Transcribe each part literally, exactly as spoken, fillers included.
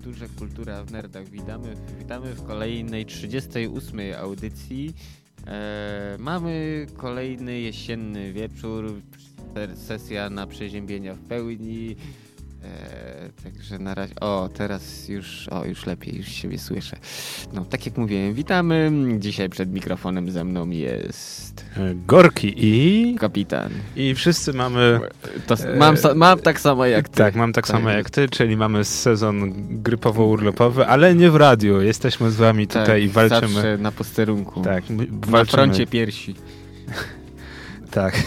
Kulturze Kultura w Nerdach. Witamy, witamy w kolejnej trzydziestej ósmej audycji. E, mamy kolejny jesienny wieczór, sesja na przeziębienia w pełni. E, także na razie, o teraz już, o już lepiej, już siebie słyszę. No tak jak mówiłem, witamy. Dzisiaj przed mikrofonem ze mną jest Gorki i Kapitan. I wszyscy mamy... To, mam, mam tak samo jak ty. Tak, mam tak, tak samo jak ty, czyli mamy sezon grypowo-urlopowy, ale nie w radiu. Jesteśmy z wami tutaj tak, i walczymy. Zawsze na posterunku. Tak, walczymy. Na froncie piersi. Tak,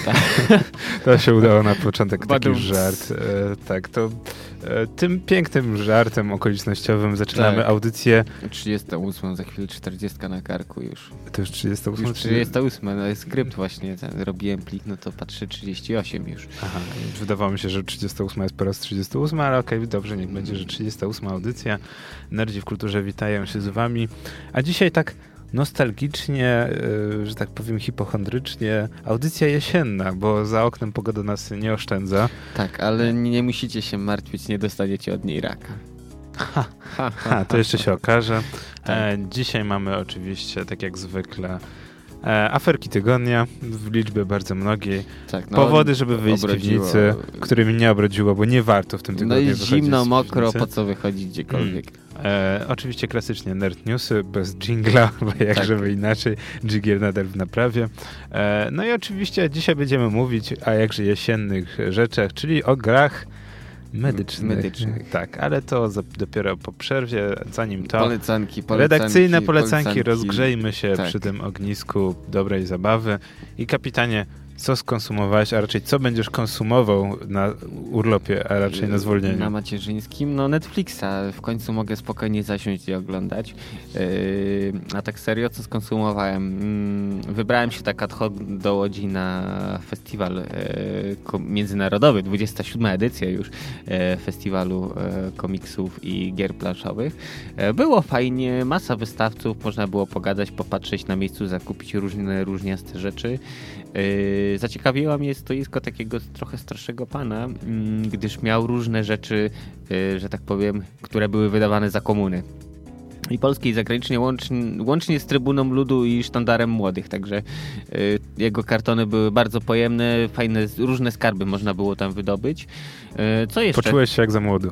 to się udało na początek taki żart. E, tak, to e, tym pięknym żartem okolicznościowym zaczynamy tak. audycję. trzydziesta ósma, za chwilę czterdziestka na karku już. To już trzydziesta ósma? Już trzydziesta ósma, no jest skrypt właśnie, robiłem plik, no to patrzę trzydzieści osiem już. Aha, wydawało mi się, że trzydziesta ósma jest po raz trzydziesta ósma, ale okej, okay, dobrze, niech będzie, że trzydziesta ósma audycja. Nerdzi w kulturze witają się z wami. A dzisiaj tak nostalgicznie, że tak powiem hipochondrycznie, audycja jesienna, bo za oknem pogoda nas nie oszczędza. Tak, ale nie musicie się martwić, nie dostaniecie od niej raka. Ha, ha, ha, to jeszcze się okaże. Tak. E, dzisiaj mamy oczywiście, tak jak zwykle, e, aferki tygodnia w liczbie bardzo mnogiej. Tak, no, powody, żeby wyjść obrodziło. z piwnicy, którymi nie obrodziło, bo nie warto w tym tygodniu wychodzić. No jest zimno, mokro, po co wychodzić gdziekolwiek. Mm. E, oczywiście klasycznie nerd newsy, bez dżingla, bo jak tak. żeby inaczej, dżingiel nadal w naprawie. E, no i oczywiście dzisiaj będziemy mówić o jakże jesiennych rzeczach, czyli o grach medycznych. medycznych. Tak, ale to za, dopiero po przerwie, zanim to polecanki, polecanki, redakcyjne polecanki, polecanki. Rozgrzejmy się tak. przy tym ognisku dobrej zabawy. I kapitanie, co skonsumowałeś, a raczej co będziesz konsumował na urlopie, a raczej na zwolnieniu? Na macierzyńskim? No Netflixa. W końcu mogę spokojnie zasiąść i oglądać. Yy, a tak serio, co skonsumowałem? Yy, wybrałem się tak ad hoc do Łodzi na festiwal yy, międzynarodowy, dwudziesta siódma edycja już yy, festiwalu yy, komiksów i gier planszowych. Yy, było fajnie, masa wystawców, można było pogadać, popatrzeć na miejscu, zakupić różne różniaste rzeczy. Yy, zaciekawiło mnie stoisko takiego trochę starszego pana, yy, gdyż miał różne rzeczy, yy, że tak powiem, które były wydawane za komuny. I polskie i zagranicznie, łącznie, łącznie z Trybuną Ludu i Sztandarem Młodych, także y, jego kartony były bardzo pojemne, fajne, różne skarby można było tam wydobyć. Y, co jeszcze? Poczułeś się jak za młody.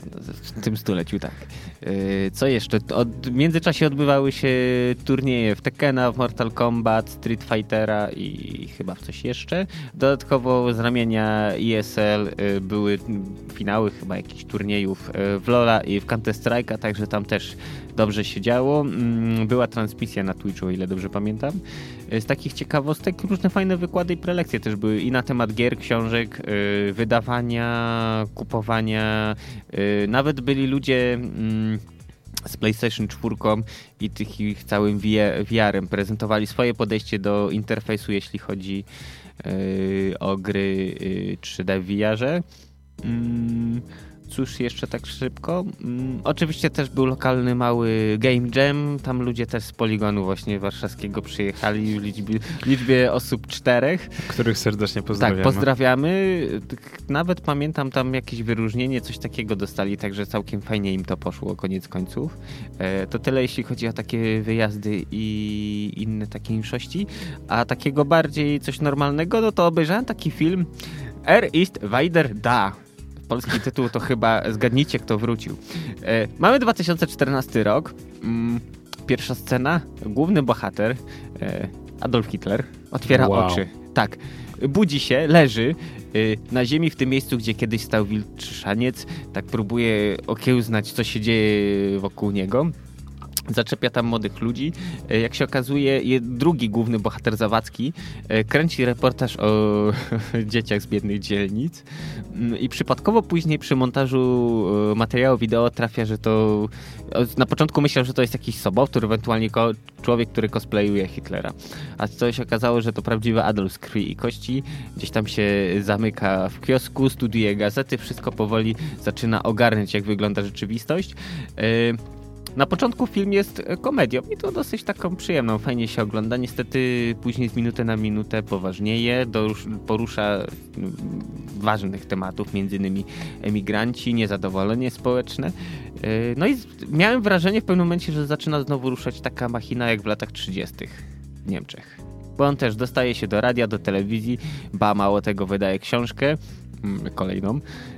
W tym stuleciu, tak. Y, co jeszcze? Od, w międzyczasie odbywały się turnieje w Tekkena, w Mortal Kombat, Street Fightera i chyba w coś jeszcze. Dodatkowo z ramienia E S L y, były finały chyba jakichś turniejów y, w Lola i w Counter Strike'a, także tam też dobrze się działo. Była transmisja na Twitchu, o ile dobrze pamiętam. Z takich ciekawostek różne fajne wykłady i prelekcje też były i na temat gier, książek, yy, wydawania, kupowania. Yy, nawet byli ludzie yy, z PlayStation cztery i tych ich całym V R-em prezentowali swoje podejście do interfejsu, jeśli chodzi yy, o gry yy, trzy D w V R-ze. Yy. Cóż jeszcze tak szybko? Hmm, oczywiście też był lokalny mały Game Jam. Tam ludzie też z Poligonu właśnie warszawskiego przyjechali w liczbie, liczbie osób czterech. Których serdecznie pozdrawiamy. Tak, pozdrawiamy. Nawet pamiętam tam jakieś wyróżnienie, coś takiego dostali, także całkiem fajnie im to poszło, koniec końców. E, to tyle jeśli chodzi o takie wyjazdy i inne takie inszości. A takiego bardziej coś normalnego, no to obejrzałem taki film Er ist wieder da. Polski tytuł to chyba zgadnijcie, kto wrócił. E, mamy dwa tysiące czternasty rok. Mm, pierwsza scena. Główny bohater, e, Adolf Hitler, otwiera wow. oczy. Tak. Budzi się, leży y, na ziemi w tym miejscu, gdzie kiedyś stał wilczy szaniec. Tak próbuje okiełznać, co się dzieje wokół niego. Zaczepia tam młodych ludzi. Jak się okazuje, drugi główny bohater Zawadzki kręci reportaż o dzieciach z biednych dzielnic i przypadkowo później przy montażu materiału wideo trafia, że to... Na początku myślał, że to jest jakiś sobowtór, ewentualnie ko- człowiek, który cosplayuje Hitlera. A co się okazało, że to prawdziwy Adolf z krwi i kości. Gdzieś tam się zamyka w kiosku, studiuje gazety, wszystko powoli zaczyna ogarniać, jak wygląda rzeczywistość. Yy, Na początku film jest komedią i to dosyć taką przyjemną, fajnie się ogląda. Niestety później z minuty na minutę poważnieje, porusza ważnych tematów, między innymi emigranci, niezadowolenie społeczne. No i miałem wrażenie w pewnym momencie, że zaczyna znowu ruszać taka machina jak w latach trzydziestych w Niemczech. Bo on też dostaje się do radia, do telewizji, ba mało tego wydaje książkę, kolejną,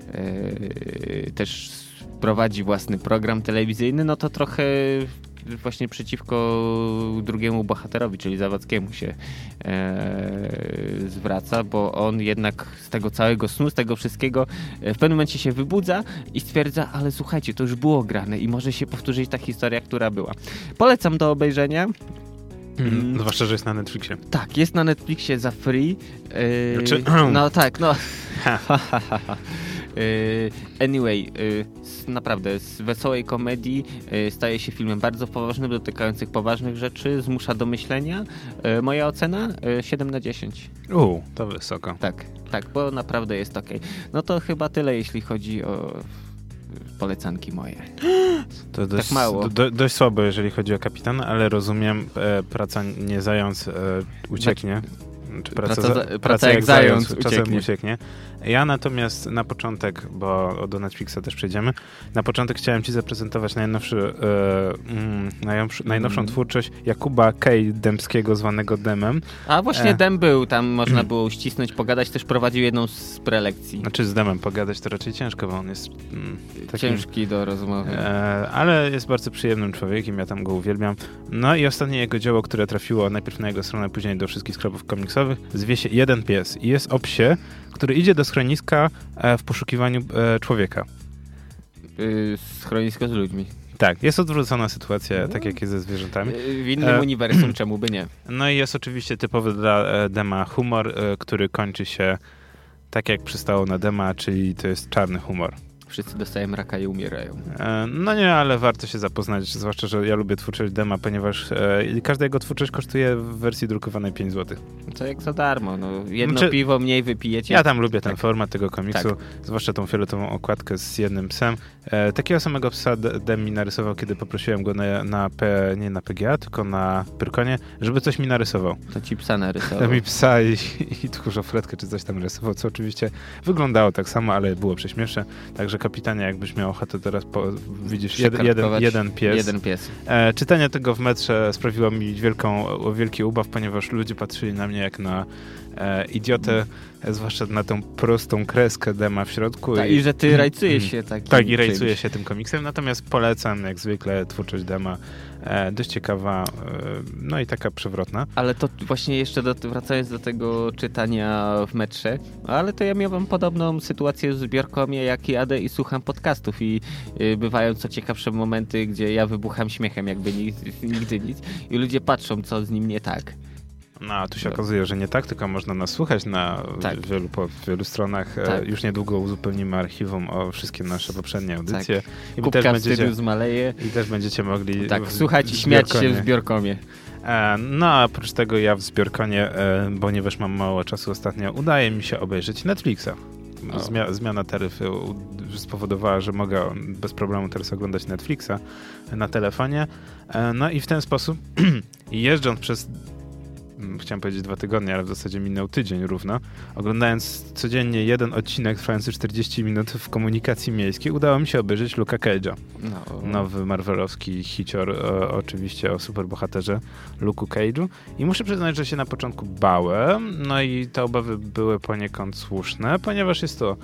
też prowadzi własny program telewizyjny, no to trochę właśnie przeciwko drugiemu bohaterowi, czyli Zawadzkiemu się e, zwraca, bo on jednak z tego całego snu, z tego wszystkiego w pewnym momencie się wybudza i stwierdza, ale słuchajcie, to już było grane i może się powtórzyć ta historia, która była. Polecam do obejrzenia. Mm, zwłaszcza, że jest na Netflixie. Tak, jest na Netflixie za free. Yy, znaczy... No tak, no. Anyway, naprawdę z wesołej komedii staje się filmem bardzo poważnym, dotykających poważnych rzeczy, zmusza do myślenia. Moja ocena siedem na dziesięć. U, to wysoko. Tak, tak, bo naprawdę jest okej. No to chyba tyle, jeśli chodzi o polecanki moje. To dość, tak mało. Do, dość słabo, jeżeli chodzi o Kapitana, ale rozumiem, e, praca nie zając e, ucieknie. Czy praca, praca, za, praca, praca jak, jak zając, zając ucieknie. czasem ucieknie. Ja natomiast na początek, bo do Netflixa też przejdziemy, na początek chciałem ci zaprezentować najnowszy, e, mm, najnowszy, najnowszą mm. twórczość Jakuba K. Dębskiego, zwanego Demem. A właśnie e. Dem był, tam można <clears throat> było uścisnąć, pogadać, też prowadził jedną z prelekcji. Znaczy z Demem pogadać to raczej ciężko, bo on jest mm, takim, ciężki do rozmowy. E, ale jest bardzo przyjemnym człowiekiem, ja tam go uwielbiam. No i ostatnie jego dzieło, które trafiło najpierw na jego stronę, później do wszystkich sklepów komiksowych, zwie się Jeden pies i jest o psie, który idzie do schroniska e, w poszukiwaniu e, człowieka. Yy, schronisko z ludźmi. Tak, jest odwrócona sytuacja, no. tak jak jest ze zwierzętami. Yy, w innym e, uniwersum, czemu by nie? No i jest oczywiście typowy dla e, Dema humor, e, który kończy się tak jak przystało na Dema, czyli to jest czarny humor. Wszyscy dostają raka i umierają. E, no nie, ale warto się zapoznać, zwłaszcza, że ja lubię twórczość Dema, ponieważ e, każda jego twórczość kosztuje w wersji drukowanej pięć złotych. Co jak za darmo, no jedno znaczy, piwo mniej wypijecie. Ja tam lubię ten tak. format tego komiksu, tak. zwłaszcza tą fioletową okładkę z jednym psem. E, takiego samego psa Dem mi narysował, kiedy poprosiłem go na, na P, nie na P G A, tylko na Pyrkonie, żeby coś mi narysował. To ci psa narysował. To mi psa i, i tchórzofretkę czy coś tam narysował, co oczywiście wyglądało tak samo, ale było prześmieszne. Także Kapitanie, jakbyś miał ochotę teraz, po, widzisz, jed, jeden, jeden pies. Jeden pies. E, czytanie tego w metrze sprawiło mi wielką, wielki ubaw, ponieważ ludzie patrzyli na mnie jak na e, idiotę, e, zwłaszcza na tą prostą kreskę Dema w środku. Ta, I, I że ty rajcujesz się takim Tak, i rajcuję się tym komiksem, natomiast polecam jak zwykle twórczość Dema. E, dość ciekawa, e, no i taka przewrotna. Ale to właśnie jeszcze do, wracając do tego czytania w metrze, ale to ja miałem podobną sytuację w zbiorkomie, jak jadę i słucham podcastów i y, bywają co ciekawsze momenty, gdzie ja wybucham śmiechem, jakby nic, nigdy nic i ludzie patrzą, co z nim nie tak. No, a tu się okazuje, że nie tak, tylko można nas słuchać na tak. wielu, po wielu stronach. Tak. Już niedługo uzupełnimy archiwum o wszystkie nasze poprzednie audycje. Tak. I Kubka też będziecie, zmaleje. I też będziecie mogli tak, słuchać i śmiać się w zbiorkomie. E, no, a oprócz tego ja w zbiorkonie, e, ponieważ mam mało czasu ostatnio, udaje mi się obejrzeć Netflixa. Zmia- zmiana taryfy spowodowała, że mogę bez problemu teraz oglądać Netflixa na telefonie. E, no i w ten sposób jeżdżąc przez chciałem powiedzieć dwa tygodnie, ale w zasadzie minął tydzień równo. Oglądając codziennie jeden odcinek trwający czterdzieści minut w komunikacji miejskiej, udało mi się obejrzeć Luka Cage'a. No. Nowy marvelowski hicior, o, oczywiście o superbohaterze Luke'u Cage'u. I muszę przyznać, że się na początku bałem, no i te obawy były poniekąd słuszne, ponieważ jest to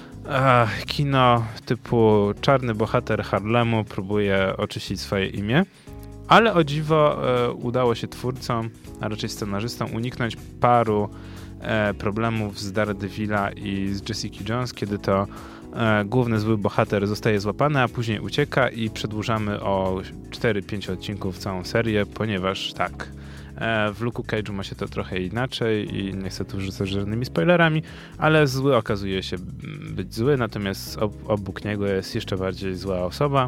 Ach, kino typu czarny bohater Harlemu próbuje oczyścić swoje imię. Ale o dziwo e, udało się twórcom, a raczej scenarzystom uniknąć paru e, problemów z Daredevila i z Jessica Jones, kiedy to e, główny zły bohater zostaje złapany, a później ucieka i przedłużamy o cztery pięć odcinków całą serię, ponieważ tak, e, w Luke'u Cage'u ma się to trochę inaczej i nie chcę tu rzucać żadnymi spoilerami, ale zły okazuje się być zły, natomiast ob- obok niego jest jeszcze bardziej zła osoba.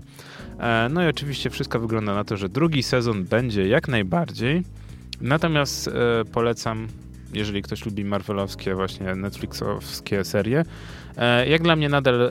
No i oczywiście wszystko wygląda na to, że drugi sezon będzie jak najbardziej. Natomiast e, polecam, jeżeli ktoś lubi marvelowskie, właśnie netflixowskie serie. Jak dla mnie nadal,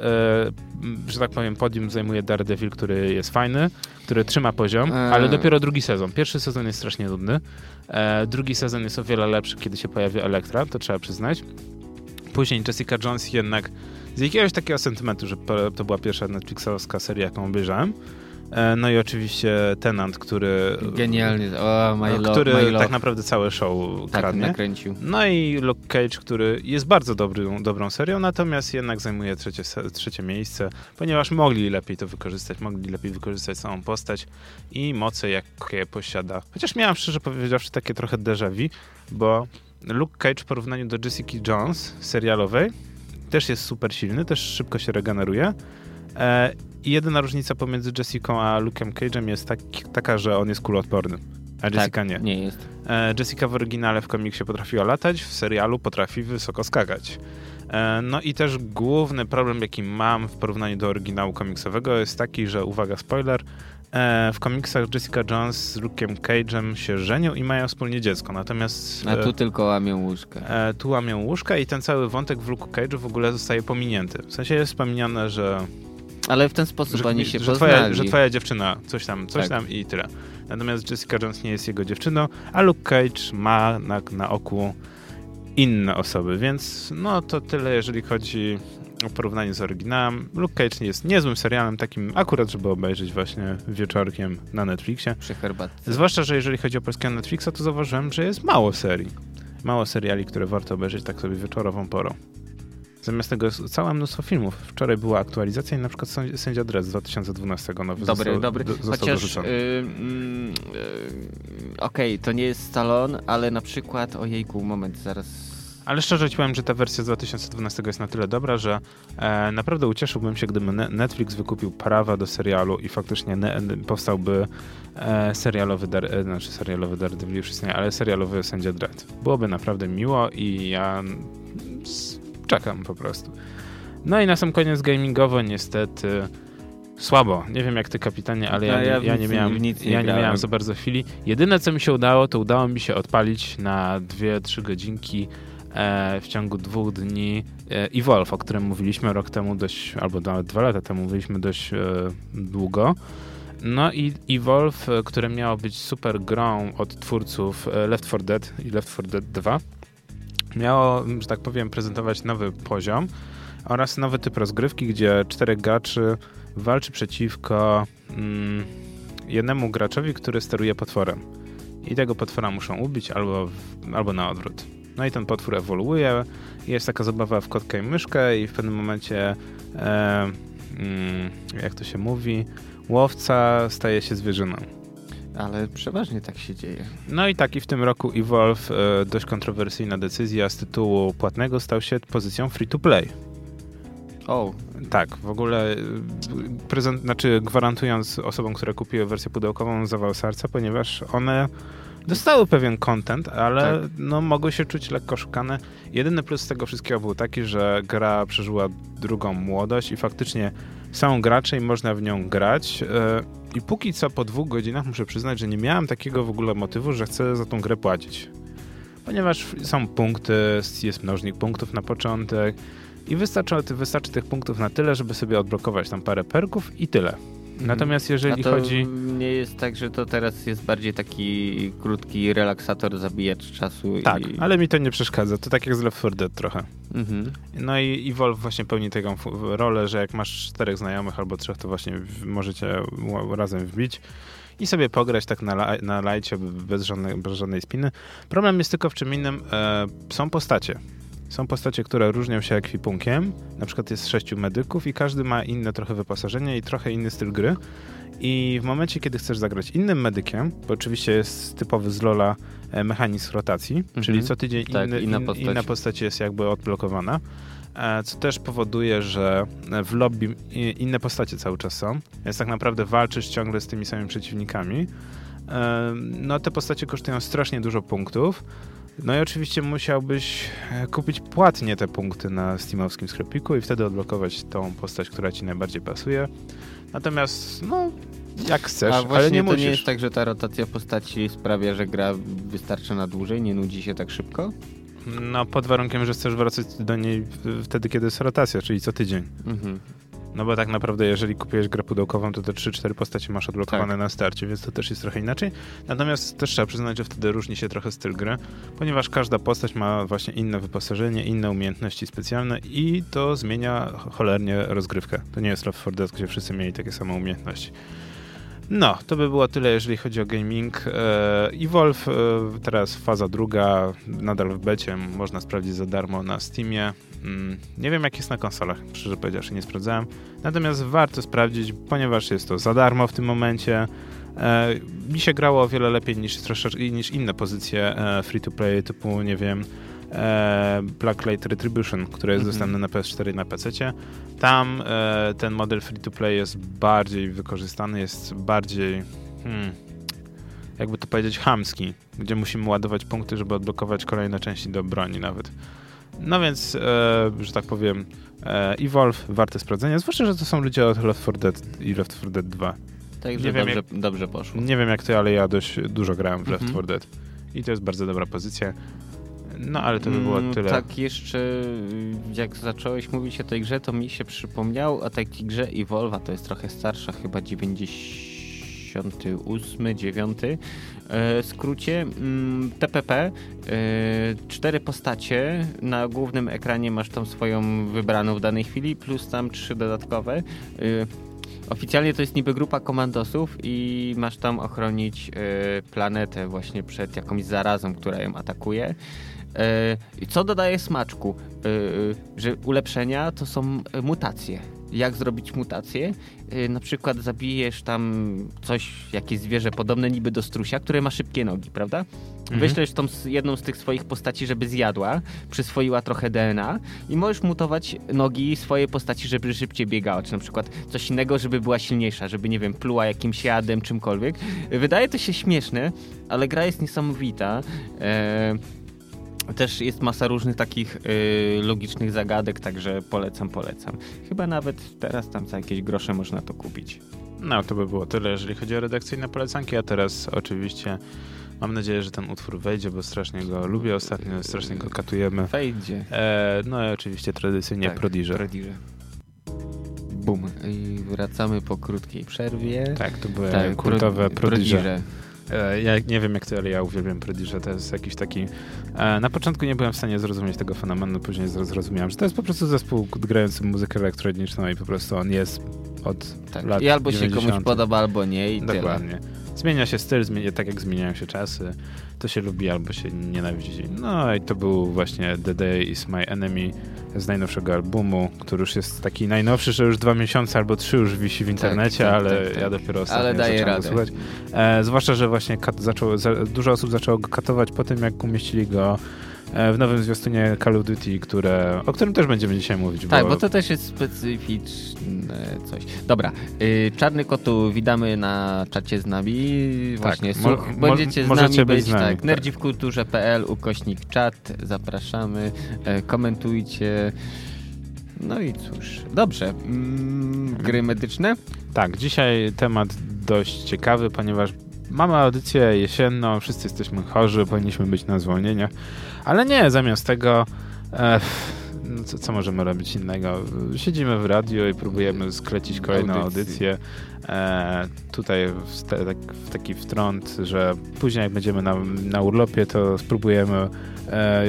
że tak powiem, podium zajmuje Daredevil, który jest fajny, który trzyma poziom, ale dopiero drugi sezon. Pierwszy sezon jest strasznie nudny. Drugi sezon jest o wiele lepszy, kiedy się pojawi Elektra, to trzeba przyznać. Później Jessica Jones jednak z jakiegoś takiego sentymentu, że to była pierwsza netflixowska seria, jaką obejrzałem. No i oczywiście Tenant, który... Genialnie, o, my love, który my love. tak naprawdę całe show tak, kradnie. nakręcił. No i Luke Cage, który jest bardzo dobrą, dobrą serią, natomiast jednak zajmuje trzecie, trzecie miejsce, ponieważ mogli lepiej to wykorzystać, mogli lepiej wykorzystać samą postać i moce, jakie posiada. Chociaż miałem, szczerze powiedziawszy, takie trochę déjà vu, bo Luke Cage w porównaniu do Jessica Jones serialowej też jest super silny, też szybko się regeneruje. E, I jedyna różnica pomiędzy Jessicą a Luke'em Cage'em jest tak, taka, że on jest kuloodporny, a Jessica tak, nie. nie jest. E, Jessica w oryginale w komiksie potrafiła latać, w serialu potrafi wysoko skakać. E, no i też główny problem, jaki mam w porównaniu do oryginału komiksowego jest taki, że, uwaga, spoiler, e, w komiksach Jessica Jones z Luke'em Cage'em się żenią i mają wspólnie dziecko, natomiast... A tu e, tylko łamią łóżka. E, tu łamią łóżka i ten cały wątek w Luke'u Cage'u w ogóle zostaje pominięty. W sensie jest wspomniane, że... Ale w ten sposób że, oni się że poznali. Twoja, że twoja dziewczyna coś tam, coś tak. tam i tyle. Natomiast Jessica Jones nie jest jego dziewczyną, a Luke Cage ma na, na oku inne osoby, więc no to tyle, jeżeli chodzi o porównanie z oryginałem. Luke Cage jest niezłym serialem, takim akurat, żeby obejrzeć właśnie wieczorkiem na Netflixie. Przy herbatce. Zwłaszcza, że jeżeli chodzi o polskiego Netflixa, to zauważyłem, że jest mało serii. Mało seriali, które warto obejrzeć tak sobie wieczorową porą. Zamiast tego jest całe mnóstwo filmów. Wczoraj była aktualizacja i na przykład Sędzia Dredd z dwa tysiące dwunastego nowy dobry, został, dobry. Do, został Chociaż, dorzucony. Yy, yy, Okej, okay, to nie jest Stallone, ale na przykład, ojejku, moment, zaraz... Ale szczerze ci powiem, że ta wersja z dwa tysiące dwunastego jest na tyle dobra, że e, naprawdę ucieszyłbym się, gdyby ne- Netflix wykupił prawa do serialu i faktycznie ne- powstałby e, serialowy, dar- e, znaczy serialowy Daredevil już istnieje, ale serialowy Sędzia Dredd. Byłoby naprawdę miło i ja... S- Czekam po prostu. No i na sam koniec gamingowo niestety słabo. Nie wiem jak ty, kapitanie, ale ja, no, ja, nie, ja, nie, miałem, nic nie ja nie miałem za bardzo chwili. Jedyne co mi się udało, to udało mi się odpalić na dwie trzy godzinki e, w ciągu dwóch dni e, Evolve, o którym mówiliśmy rok temu dość, albo nawet dwa lata temu mówiliśmy dość e, długo. No i Evolve, które miało być super grą od twórców Left four Dead i Left four Dead dwa, miało, że tak powiem, prezentować nowy poziom oraz nowy typ rozgrywki, gdzie czterech graczy walczy przeciwko mm, jednemu graczowi, który steruje potworem. I tego potwora muszą ubić albo, w, albo na odwrót. No i ten potwór ewoluuje. Jest taka zabawa w kotka i myszkę i w pewnym momencie e, mm, jak to się mówi, łowca staje się zwierzyną. Ale przeważnie tak się dzieje. No i tak i w tym roku Evolve, e, dość kontrowersyjna decyzja, z tytułu płatnego stał się pozycją free to play. O. Tak, w ogóle prezent, znaczy gwarantując osobom, które kupiły wersję pudełkową zawał serca, ponieważ one dostały pewien content, ale tak. no, mogły się czuć lekko szukane. Jedyny plus tego wszystkiego był taki, że gra przeżyła drugą młodość i faktycznie są gracze i można w nią grać. Yy, I póki co po dwóch godzinach muszę przyznać, że nie miałem takiego w ogóle motywu, że chcę za tą grę płacić. Ponieważ są punkty, jest mnożnik punktów na początek i wystarczy, wystarczy tych punktów na tyle, żeby sobie odblokować tam parę perków i tyle. Natomiast jeżeli A to chodzi... nie jest tak, że to teraz jest bardziej taki krótki relaksator, zabijacz czasu. Tak, i... ale mi to nie przeszkadza. To tak jak z Left four Dead trochę. Mhm. No i Evolve właśnie pełni taką rolę, że jak masz czterech znajomych albo trzech, to właśnie możecie razem wbić i sobie pograć tak na, la- na lajcie bez żadnej, bez żadnej spiny. Problem jest tylko w czym innym. E, są postacie. Są postacie, które różnią się ekwipunkiem. Na przykład jest sześciu medyków i każdy ma inne trochę wyposażenie i trochę inny styl gry. I w momencie, kiedy chcesz zagrać innym medykiem, bo oczywiście jest typowy z Lola e, mechanizm rotacji, mhm. czyli co tydzień tak, inny, inna, in, postać. inna postać jest jakby odblokowana, e, co też powoduje, że w lobby i, inne postacie cały czas są, więc tak naprawdę walczysz ciągle z tymi samymi przeciwnikami. E, no te postacie kosztują strasznie dużo punktów. No i oczywiście musiałbyś kupić płatnie te punkty na steamowskim sklepiku i wtedy odblokować tą postać, która ci najbardziej pasuje. Natomiast, no, jak chcesz, A właśnie ale nie to musisz. nie jest tak, że ta rotacja postaci sprawia, że gra wystarczy na dłużej, nie nudzi się tak szybko? No pod warunkiem, że chcesz wracać do niej wtedy, kiedy jest rotacja, czyli co tydzień. Mhm. No bo tak naprawdę, jeżeli kupiłeś grę pudełkową, to te trzy cztery postacie masz odblokowane tak. na starcie, więc to też jest trochę inaczej. Natomiast też trzeba przyznać, że wtedy różni się trochę styl gry, ponieważ każda postać ma właśnie inne wyposażenie, inne umiejętności specjalne i to zmienia cholernie rozgrywkę. To nie jest Left four Dead, gdzie wszyscy mieli takie same umiejętności. No, to by było tyle, jeżeli chodzi o gaming. Evolve, teraz faza druga, nadal w becie, można sprawdzić za darmo na Steamie. Nie wiem, jak jest na konsolach, szczerze powiedziawszy, nie sprawdzałem. Natomiast warto sprawdzić, ponieważ jest to za darmo w tym momencie. Mi się grało o wiele lepiej niż, troszeczkę, niż inne pozycje free-to-play typu, nie wiem, Blacklight Retribution, które jest mm-hmm. dostępne na P S cztery i na pececie. Tam e, ten model free-to-play jest bardziej wykorzystany, jest bardziej hmm, jakby to powiedzieć chamski, gdzie musimy ładować punkty, żeby odblokować kolejne części do broni nawet. No więc, e, że tak powiem, e, Evolve warte sprawdzenia, zwłaszcza, że to są ludzie od Left four Dead i Left four Dead dwa. Także dobrze, jak, dobrze poszło. Nie wiem jak ty, ale ja dość dużo grałem w Left mm-hmm. four Dead i to jest bardzo dobra pozycja. No, ale to by było tyle. Mm, tak, jeszcze jak zacząłeś mówić o tej grze, to mi się przypomniał o takiej grze Evolve, to jest trochę starsza, chyba dziewięćdziesiąty ósmy, dziewiąty e, skrócie mm, T P P. E, cztery postacie, na głównym ekranie masz tą swoją wybraną w danej chwili, plus tam trzy dodatkowe. E, Oficjalnie to jest niby grupa komandosów i masz tam ochronić y, planetę właśnie przed jakąś zarazą, która ją atakuje. I y, co dodaje smaczku? Y, y, że ulepszenia to są mutacje. Jak zrobić mutacje? Y, na przykład zabijesz tam coś, jakieś zwierzę podobne niby do strusia, które ma szybkie nogi, prawda? Mhm. Wyślesz tą jedną z tych swoich postaci, żeby zjadła, przyswoiła trochę D N A i możesz mutować nogi swojej postaci, żeby szybciej biegała, czy na przykład coś innego, żeby była silniejsza, żeby, nie wiem, pluła jakimś jadem, czymkolwiek. Wydaje to się śmieszne, ale gra jest niesamowita. Eee, Też jest masa różnych takich y, logicznych zagadek, także polecam, polecam. Chyba nawet teraz tam za jakieś grosze można to kupić. No, to by było tyle, jeżeli chodzi o redakcyjne polecanki, a teraz oczywiście mam nadzieję, że ten utwór wejdzie, bo strasznie go lubię ostatnio, strasznie go katujemy. Wejdzie. E, no i oczywiście tradycyjnie tak, Prodigy. Prodigy. Bum. I wracamy po krótkiej przerwie. Tak, to były tak, kultowe Prodigy. Prodigy. Ja nie wiem jak ty, ale ja uwielbiam Prodigy. To jest jakiś taki... Na początku nie byłem w stanie zrozumieć tego fenomenu, później zrozumiałem, że to jest po prostu zespół grający muzykę elektroniczną i po prostu on jest od tak. lat I albo dziewięćdziesiątych. się komuś podoba, albo nie i Dokładnie. Tyle. Zmienia się styl, zmienia, tak jak zmieniają się czasy. To się lubi albo się nienawidzi. No i to był właśnie The Day Is My Enemy z najnowszego albumu, który już jest taki najnowszy, że już dwa miesiące albo trzy już wisi w internecie, tak, tak, ale tak, tak. ja dopiero ostatnio ale daje zacząłem radę. Go słuchać. E, zwłaszcza, że właśnie kat, zaczął, za, dużo osób zaczęło go katować po tym, jak umieścili go w nowym zwiastunie Call of Duty, które, o którym też będziemy dzisiaj mówić. Tak, bo, bo to też jest specyficzne coś. Dobra, yy, Czarny Kotu witamy na czacie z nami. Właśnie, tak, mo, słuch, będziecie mo, z nami być. być z nami, tak, tak. nerdzi w kulturze kropka p l ukośnik czat. Zapraszamy, e, komentujcie. No i cóż, dobrze. Mm, gry medyczne? Tak, dzisiaj temat dość ciekawy, ponieważ mamy audycję jesienną, wszyscy jesteśmy chorzy, powinniśmy być na zwolnieniach, ale nie, zamiast tego e, no co, co możemy robić innego? Siedzimy w radio i próbujemy sklecić kolejną audycję. E, tutaj w, te, tak, w taki wtrąd, że później jak będziemy na, na urlopie, to spróbujemy e,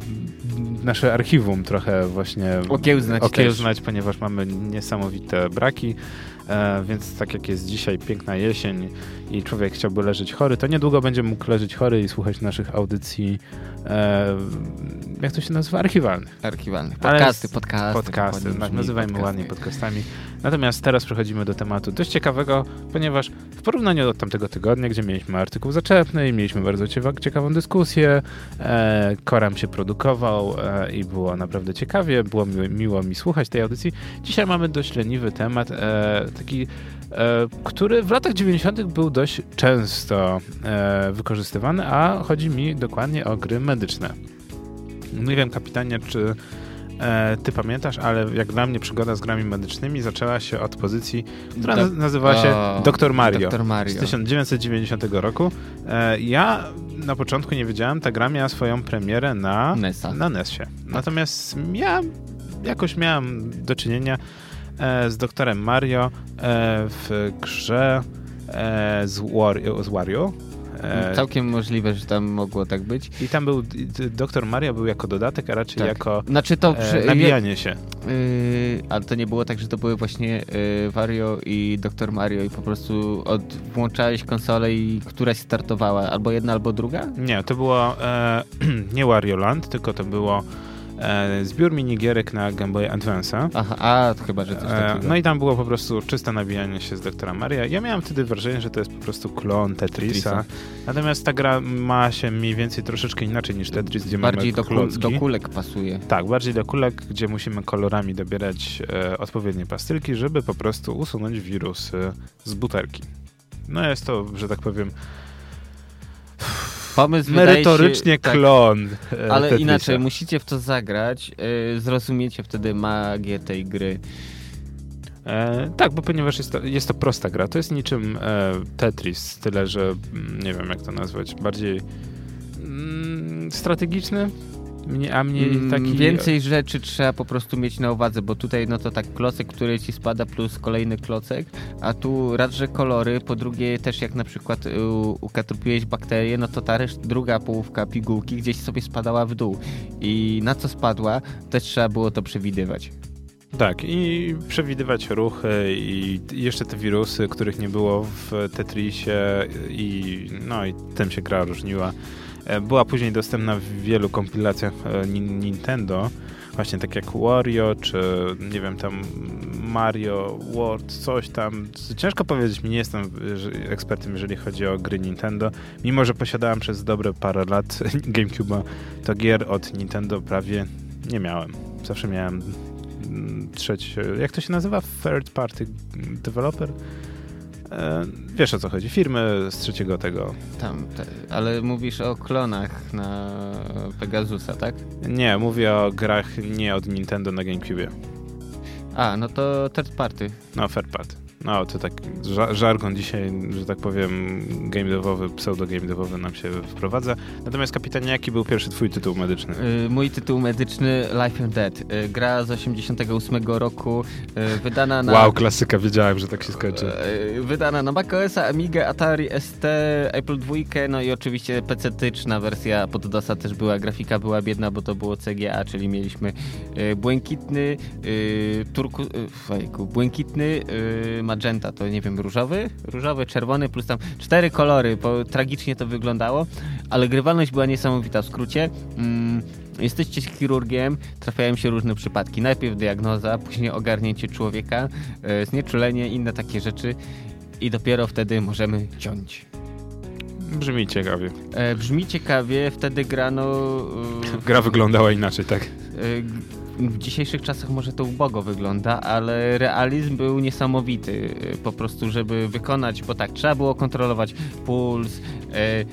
nasze archiwum trochę właśnie okiełznać, okiełznać ponieważ mamy niesamowite braki. E, więc tak jak jest dzisiaj piękna jesień i człowiek chciałby leżeć chory, to niedługo będzie mógł leżeć chory i słuchać naszych audycji, e, jak to się nazywa? Archiwalnych. Archiwalnych. Podcasty, podcasty. Podcasty, tak, nazywajmy podcasty. Ładnie podcastami. Natomiast teraz przechodzimy do tematu dość ciekawego, ponieważ w porównaniu do tamtego tygodnia, gdzie mieliśmy artykuł zaczepny i mieliśmy bardzo ciekawą dyskusję, e, Koram się produkował e, i było naprawdę ciekawie, było mi, miło mi słuchać tej audycji. Dzisiaj mamy dość leniwy temat, e, taki, e, który w latach dziewięćdziesiątych był dość często e, wykorzystywany, a chodzi mi dokładnie o gry medyczne. Nie wiem, kapitanie, czy e, ty pamiętasz, ale jak dla mnie przygoda z grami medycznymi zaczęła się od pozycji, która Do... nazywała się o, Doktor Mario, Doktor Mario z tysiąc dziewięćset dziewięćdziesiątego roku. E, ja na początku nie wiedziałem, ta gra miała swoją premierę na Nesa. na Nesie. Natomiast ja jakoś miałem do czynienia e, z Doktorem Mario e, w grze e, z, Wario, z Wario. E, Całkiem możliwe, że tam mogło tak być. I tam był, Doktor Mario był jako dodatek, a raczej tak. jako znaczy to przy, e, nabijanie się. Yy, ale to nie było tak, że to były właśnie yy, Wario i Doktor Mario i po prostu od, włączałeś konsolę i któraś startowała, albo jedna, albo druga? Nie, to było e, nie Wario Land, tylko to było e, zbiór minigierek na Game Boy Advance'a. Aha, a to chyba, że coś takiego. E, no i tam było po prostu czyste nabijanie się z Doktora Maria. Ja miałem wtedy wrażenie, że to jest po prostu klon Tetrisa. Tetrisa. Natomiast ta gra ma się mniej więcej troszeczkę inaczej niż Tetris, gdzie bardziej mamy klocki. Bardziej do kulek pasuje. Tak, bardziej do kulek, gdzie musimy kolorami dobierać e, odpowiednie pastylki, żeby po prostu usunąć wirusy z butelki. No jest to, że tak powiem, pomysł merytorycznie się, klon. Tak, ale Tetrisa. Inaczej, musicie w to zagrać, yy, zrozumiecie wtedy magię tej gry. E, tak, bo ponieważ jest to, jest to prosta gra, to jest niczym e, Tetris, tyle że nie wiem jak to nazwać, bardziej mm, strategiczny, a mniej taki... Więcej rzeczy trzeba po prostu mieć na uwadze, bo tutaj no to tak klocek, który ci spada plus kolejny klocek, a tu raz, że kolory, po drugie też jak na przykład ukatrupiłeś bakterię, no to ta reszt, druga połówka pigułki gdzieś sobie spadała w dół i na co spadła, też trzeba było to przewidywać. Tak, i przewidywać ruchy i jeszcze te wirusy, których nie było w Tetrisie i no i tym się gra różniła. Była później dostępna w wielu kompilacjach Nintendo, właśnie tak jak Wario, czy nie wiem, tam Mario World, coś tam. Ciężko powiedzieć, mi nie jestem ekspertem, jeżeli chodzi o gry Nintendo. Mimo że posiadałem przez dobre parę lat GameCube'a, to gier od Nintendo prawie nie miałem. Zawsze miałem trzeci, jak to się nazywa? Third party developer? E, wiesz o co chodzi, firmy z trzeciego tego. Tam, te, ale mówisz o klonach na Pegasusa, tak? Nie, mówię o grach nie od Nintendo na GameCube. A, no to third party. No, third party. No, to tak ża- żargon dzisiaj, że tak powiem, game devowy, pseudo-game devowy nam się wprowadza. Natomiast kapitanie, jaki był pierwszy twój tytuł medyczny? Yy, mój tytuł medyczny Life and Death. Yy, gra z osiemdziesiątego ósmego roku, yy, wydana na... Wow, klasyka, wiedziałem, że tak się skończy. Yy, wydana na macOSa, Amigę, Atari S T, Apple dwa, no i oczywiście pecetyczna wersja pod DOSa też była. Grafika była biedna, bo to było C G A, czyli mieliśmy yy, błękitny, yy, turku... Yy, fajku, błękitny, yy, magenta, to nie wiem, różowy, różowy, czerwony, plus tam cztery kolory, bo tragicznie to wyglądało, ale grywalność była niesamowita. W skrócie, mm, jesteście chirurgiem, trafiają się różne przypadki. Najpierw diagnoza, później ogarnięcie człowieka, e, znieczulenie, inne takie rzeczy i dopiero wtedy możemy ciąć. Brzmi ciekawie. E, brzmi ciekawie, wtedy grano... E, Gra wyglądała inaczej, tak? E, w dzisiejszych czasach może to ubogo wygląda, ale realizm był niesamowity. Po prostu, żeby wykonać, bo tak, trzeba było kontrolować puls, e,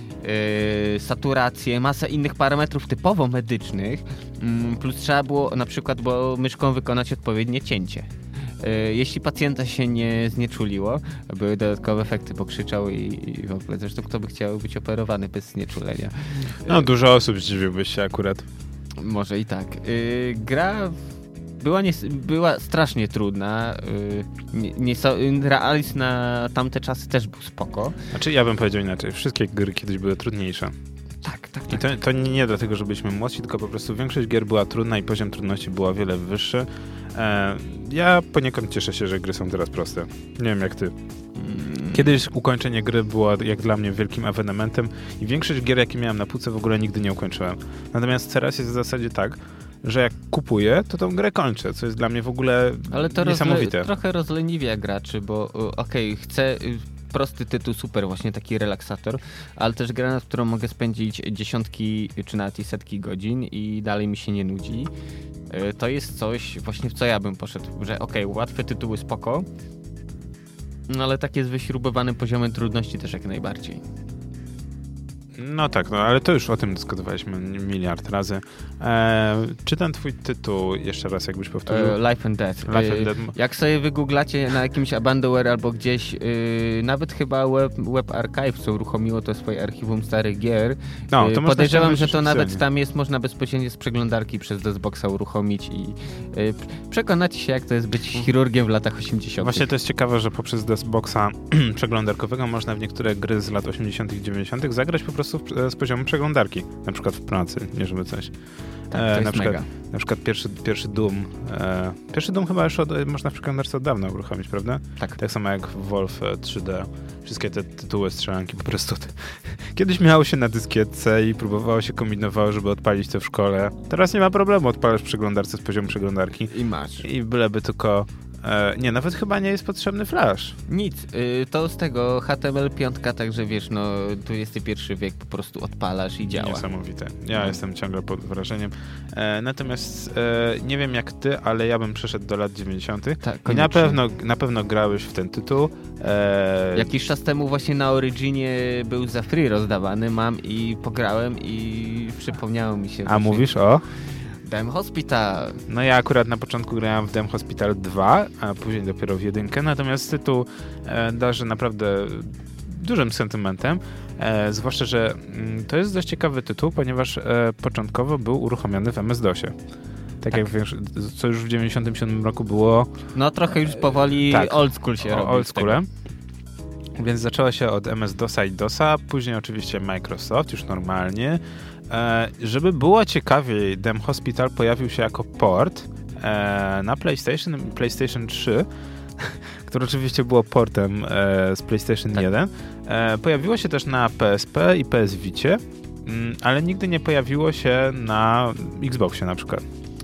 e, saturację, masę innych parametrów typowo medycznych, mm, plus trzeba było na przykład bo myszką wykonać odpowiednie cięcie. E, jeśli pacjenta się nie znieczuliło, były dodatkowe efekty, bo krzyczał i, i w ogóle. Zresztą kto by chciał być operowany bez znieczulenia? No dużo osób zdziwiłbyś się akurat. Może i tak. Yy, gra była, nie, była strasznie trudna. Yy, nie, nie so, realizm na tamte czasy też był spoko. Znaczy ja bym powiedział inaczej. Wszystkie gry kiedyś były trudniejsze. Tak, tak, tak. I to, to nie, nie dlatego, że byliśmy młodsi, tylko po prostu większość gier była trudna i poziom trudności był o wiele wyższy. E, ja poniekąd cieszę się, że gry są teraz proste. Nie wiem jak ty. Kiedyś ukończenie gry było jak dla mnie wielkim ewenementem i większość gier, jakie miałem na półce, w ogóle nigdy nie ukończyłem. Natomiast teraz jest w zasadzie tak, że jak kupuję, to tą grę kończę, co jest dla mnie w ogóle Ale to niesamowite. Rozle- trochę rozleniwia graczy, bo okej, okay, chcę prosty tytuł, super, właśnie taki relaksator, ale też gra, nad którą mogę spędzić dziesiątki czy nawet i setki godzin i dalej mi się nie nudzi. To jest coś właśnie, w co ja bym poszedł, że okej, okay, łatwe tytuły spoko, no ale takie z wyśrubowanym poziomem trudności też jak najbardziej. No tak, no ale to już o tym dyskutowaliśmy miliard razy. E, czy ten twój tytuł, jeszcze raz jakbyś powtórzył? E, Life and Death. Life and Death. E, jak sobie wygooglacie na jakimś Abandonware albo gdzieś, e, nawet chyba Web, Web Archive, co uruchomiło to swoje archiwum starych gier, no, to e, podejrzewam, że to nawet specjalnie. tam jest, można bezpośrednio z przeglądarki przez DOSBoxa uruchomić i e, przekonacie się, jak to jest być chirurgiem w latach osiemdziesiątych. Właśnie to jest ciekawe, że poprzez DOSBoxa przeglądarkowego można w niektóre gry z lat osiemdziesiątych i dziewięćdziesiątych zagrać po prostu w, z poziomu przeglądarki, na przykład w pracy, nie żeby coś. Tak, to jest na przykład, mega. Na przykład pierwszy, pierwszy Doom. E, pierwszy Doom chyba już od, można w przeglądarce od dawna uruchomić, prawda? Tak. Tak samo jak Wolf trzy D. Wszystkie te tytuły strzelanki po prostu. Te, kiedyś miało się na dyskietce i próbowało się, kombinowało, żeby odpalić to w szkole. Teraz nie ma problemu, odpalasz w przeglądarce z poziomu przeglądarki. I masz. I byleby tylko... E, nie, nawet chyba nie jest potrzebny flash. Nic, y, to z tego H T M L pięć, także wiesz, no dwudziesty pierwszy wiek, po prostu odpalasz i działa. Niesamowite. Ja no. jestem ciągle pod wrażeniem. E, natomiast e, nie wiem jak ty, ale ja bym przeszedł do lat dziewięćdziesiątych. Tak, I na pewno, na pewno grałeś w ten tytuł. E... Jakiś czas temu właśnie na Originie był za free rozdawany, mam i pograłem i przypomniało mi się. A mówisz o? Dem Hospital. No ja akurat na początku grałem w Dem Hospital dwa, a później dopiero w jedynkę, natomiast tytuł e, darzy naprawdę dużym sentymentem, e, zwłaszcza, że m, to jest dość ciekawy tytuł, ponieważ e, początkowo był uruchomiony w M S DOSie. Tak, tak jak wiesz, co już w dziewięćdziesiątym siódmym roku było... No trochę już powoli tak, old school się robi. Old schoolem. Więc zaczęło się od M S DOSa i DOSa, później oczywiście Microsoft, już normalnie. E, żeby było ciekawiej, Dem Hospital pojawił się jako port e, na PlayStation i PlayStation trzy, które oczywiście było portem e, z PlayStation tak. jeden. E, pojawiło się też na P S P i P S Vicie, m, ale nigdy nie pojawiło się na Xboxie na przykład.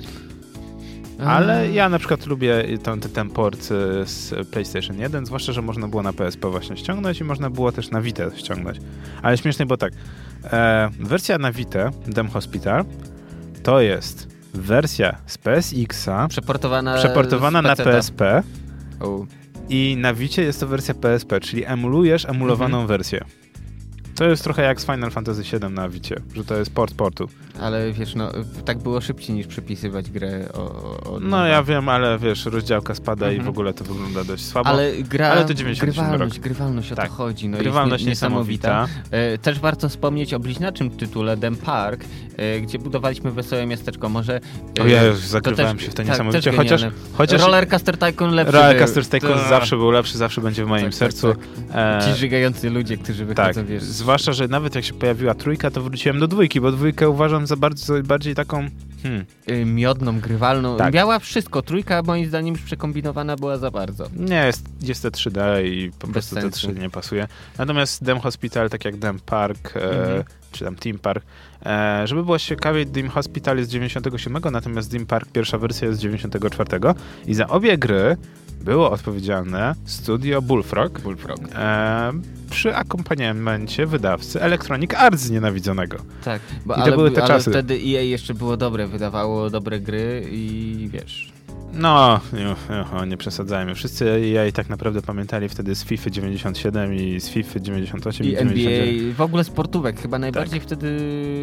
Ale ja na przykład lubię ten, ten port z PlayStation jeden, zwłaszcza, że można było na P S P właśnie ściągnąć i można było też na Vita ściągnąć. Ale śmiesznie, bo tak, e, wersja na Vita, Dem Hospital, to jest wersja z P S X-a przeportowana, przeportowana na P S P U. i na Vicie jest to wersja P S P, czyli emulujesz emulowaną mhm. wersję. To jest trochę jak z Final Fantasy siedem na Vicie, że to jest port portu. Ale wiesz, no tak było szybciej niż przepisywać grę o... o no ja wiem, ale wiesz, rozdziałka spada mhm. i w ogóle to wygląda dość słabo. Ale, gra, ale to dziewięćdziesiąty siódmy grywalność, rok. grywalność o tak. to chodzi. No grywalność jest nie, niesamowita. niesamowita. E, też warto wspomnieć o bliźniaczym tytule Dem Park, e, gdzie budowaliśmy wesołe miasteczko. Może... E, o ja już zagrywałem się w to tak, niesamowicie. Chociaż, chociaż Rollercoaster Tycoon lepszy Rollercoaster Tycoon to... zawsze był lepszy, zawsze będzie w moim tak, sercu. Tak, tak. Ci żygający ludzie, którzy wychodzą, tak. wiesz... Zwłaszcza, że nawet jak się pojawiła trójka, to wróciłem do dwójki, bo dwójkę uważam za bardzo, bardziej taką... Hmm. miodną, grywalną. Tak. Miała wszystko. Trójka moim zdaniem już przekombinowana była za bardzo. Nie, jest, jest te trzy D i po Bez prostu sensu. te trzy D nie pasuje. Natomiast Dem Hospital, tak jak Dem Park, mhm. e, czy tam Theme Park, e, żeby było ciekawiej, Dem Hospital jest z dziewięćdziesiątego siódmego, natomiast Theme Park pierwsza wersja jest z dziewięćdziesiątego czwartego i za obie gry było odpowiedzialne studio Bullfrog, Bullfrog. E, przy akompaniamencie wydawcy Electronic Arts znienawidzonego. Tak, bo, I to ale, były te ale czasy. wtedy E A jeszcze było dobre, wydawało dobre gry i wiesz... No, nie, nie przesadzajmy. Wszyscy E A tak naprawdę pamiętali wtedy z FIFA dziewięćdziesiąt siedem i z FIFA dziewięćdziesiąt osiem i, i N B A, w ogóle sportówek. Chyba najbardziej tak. wtedy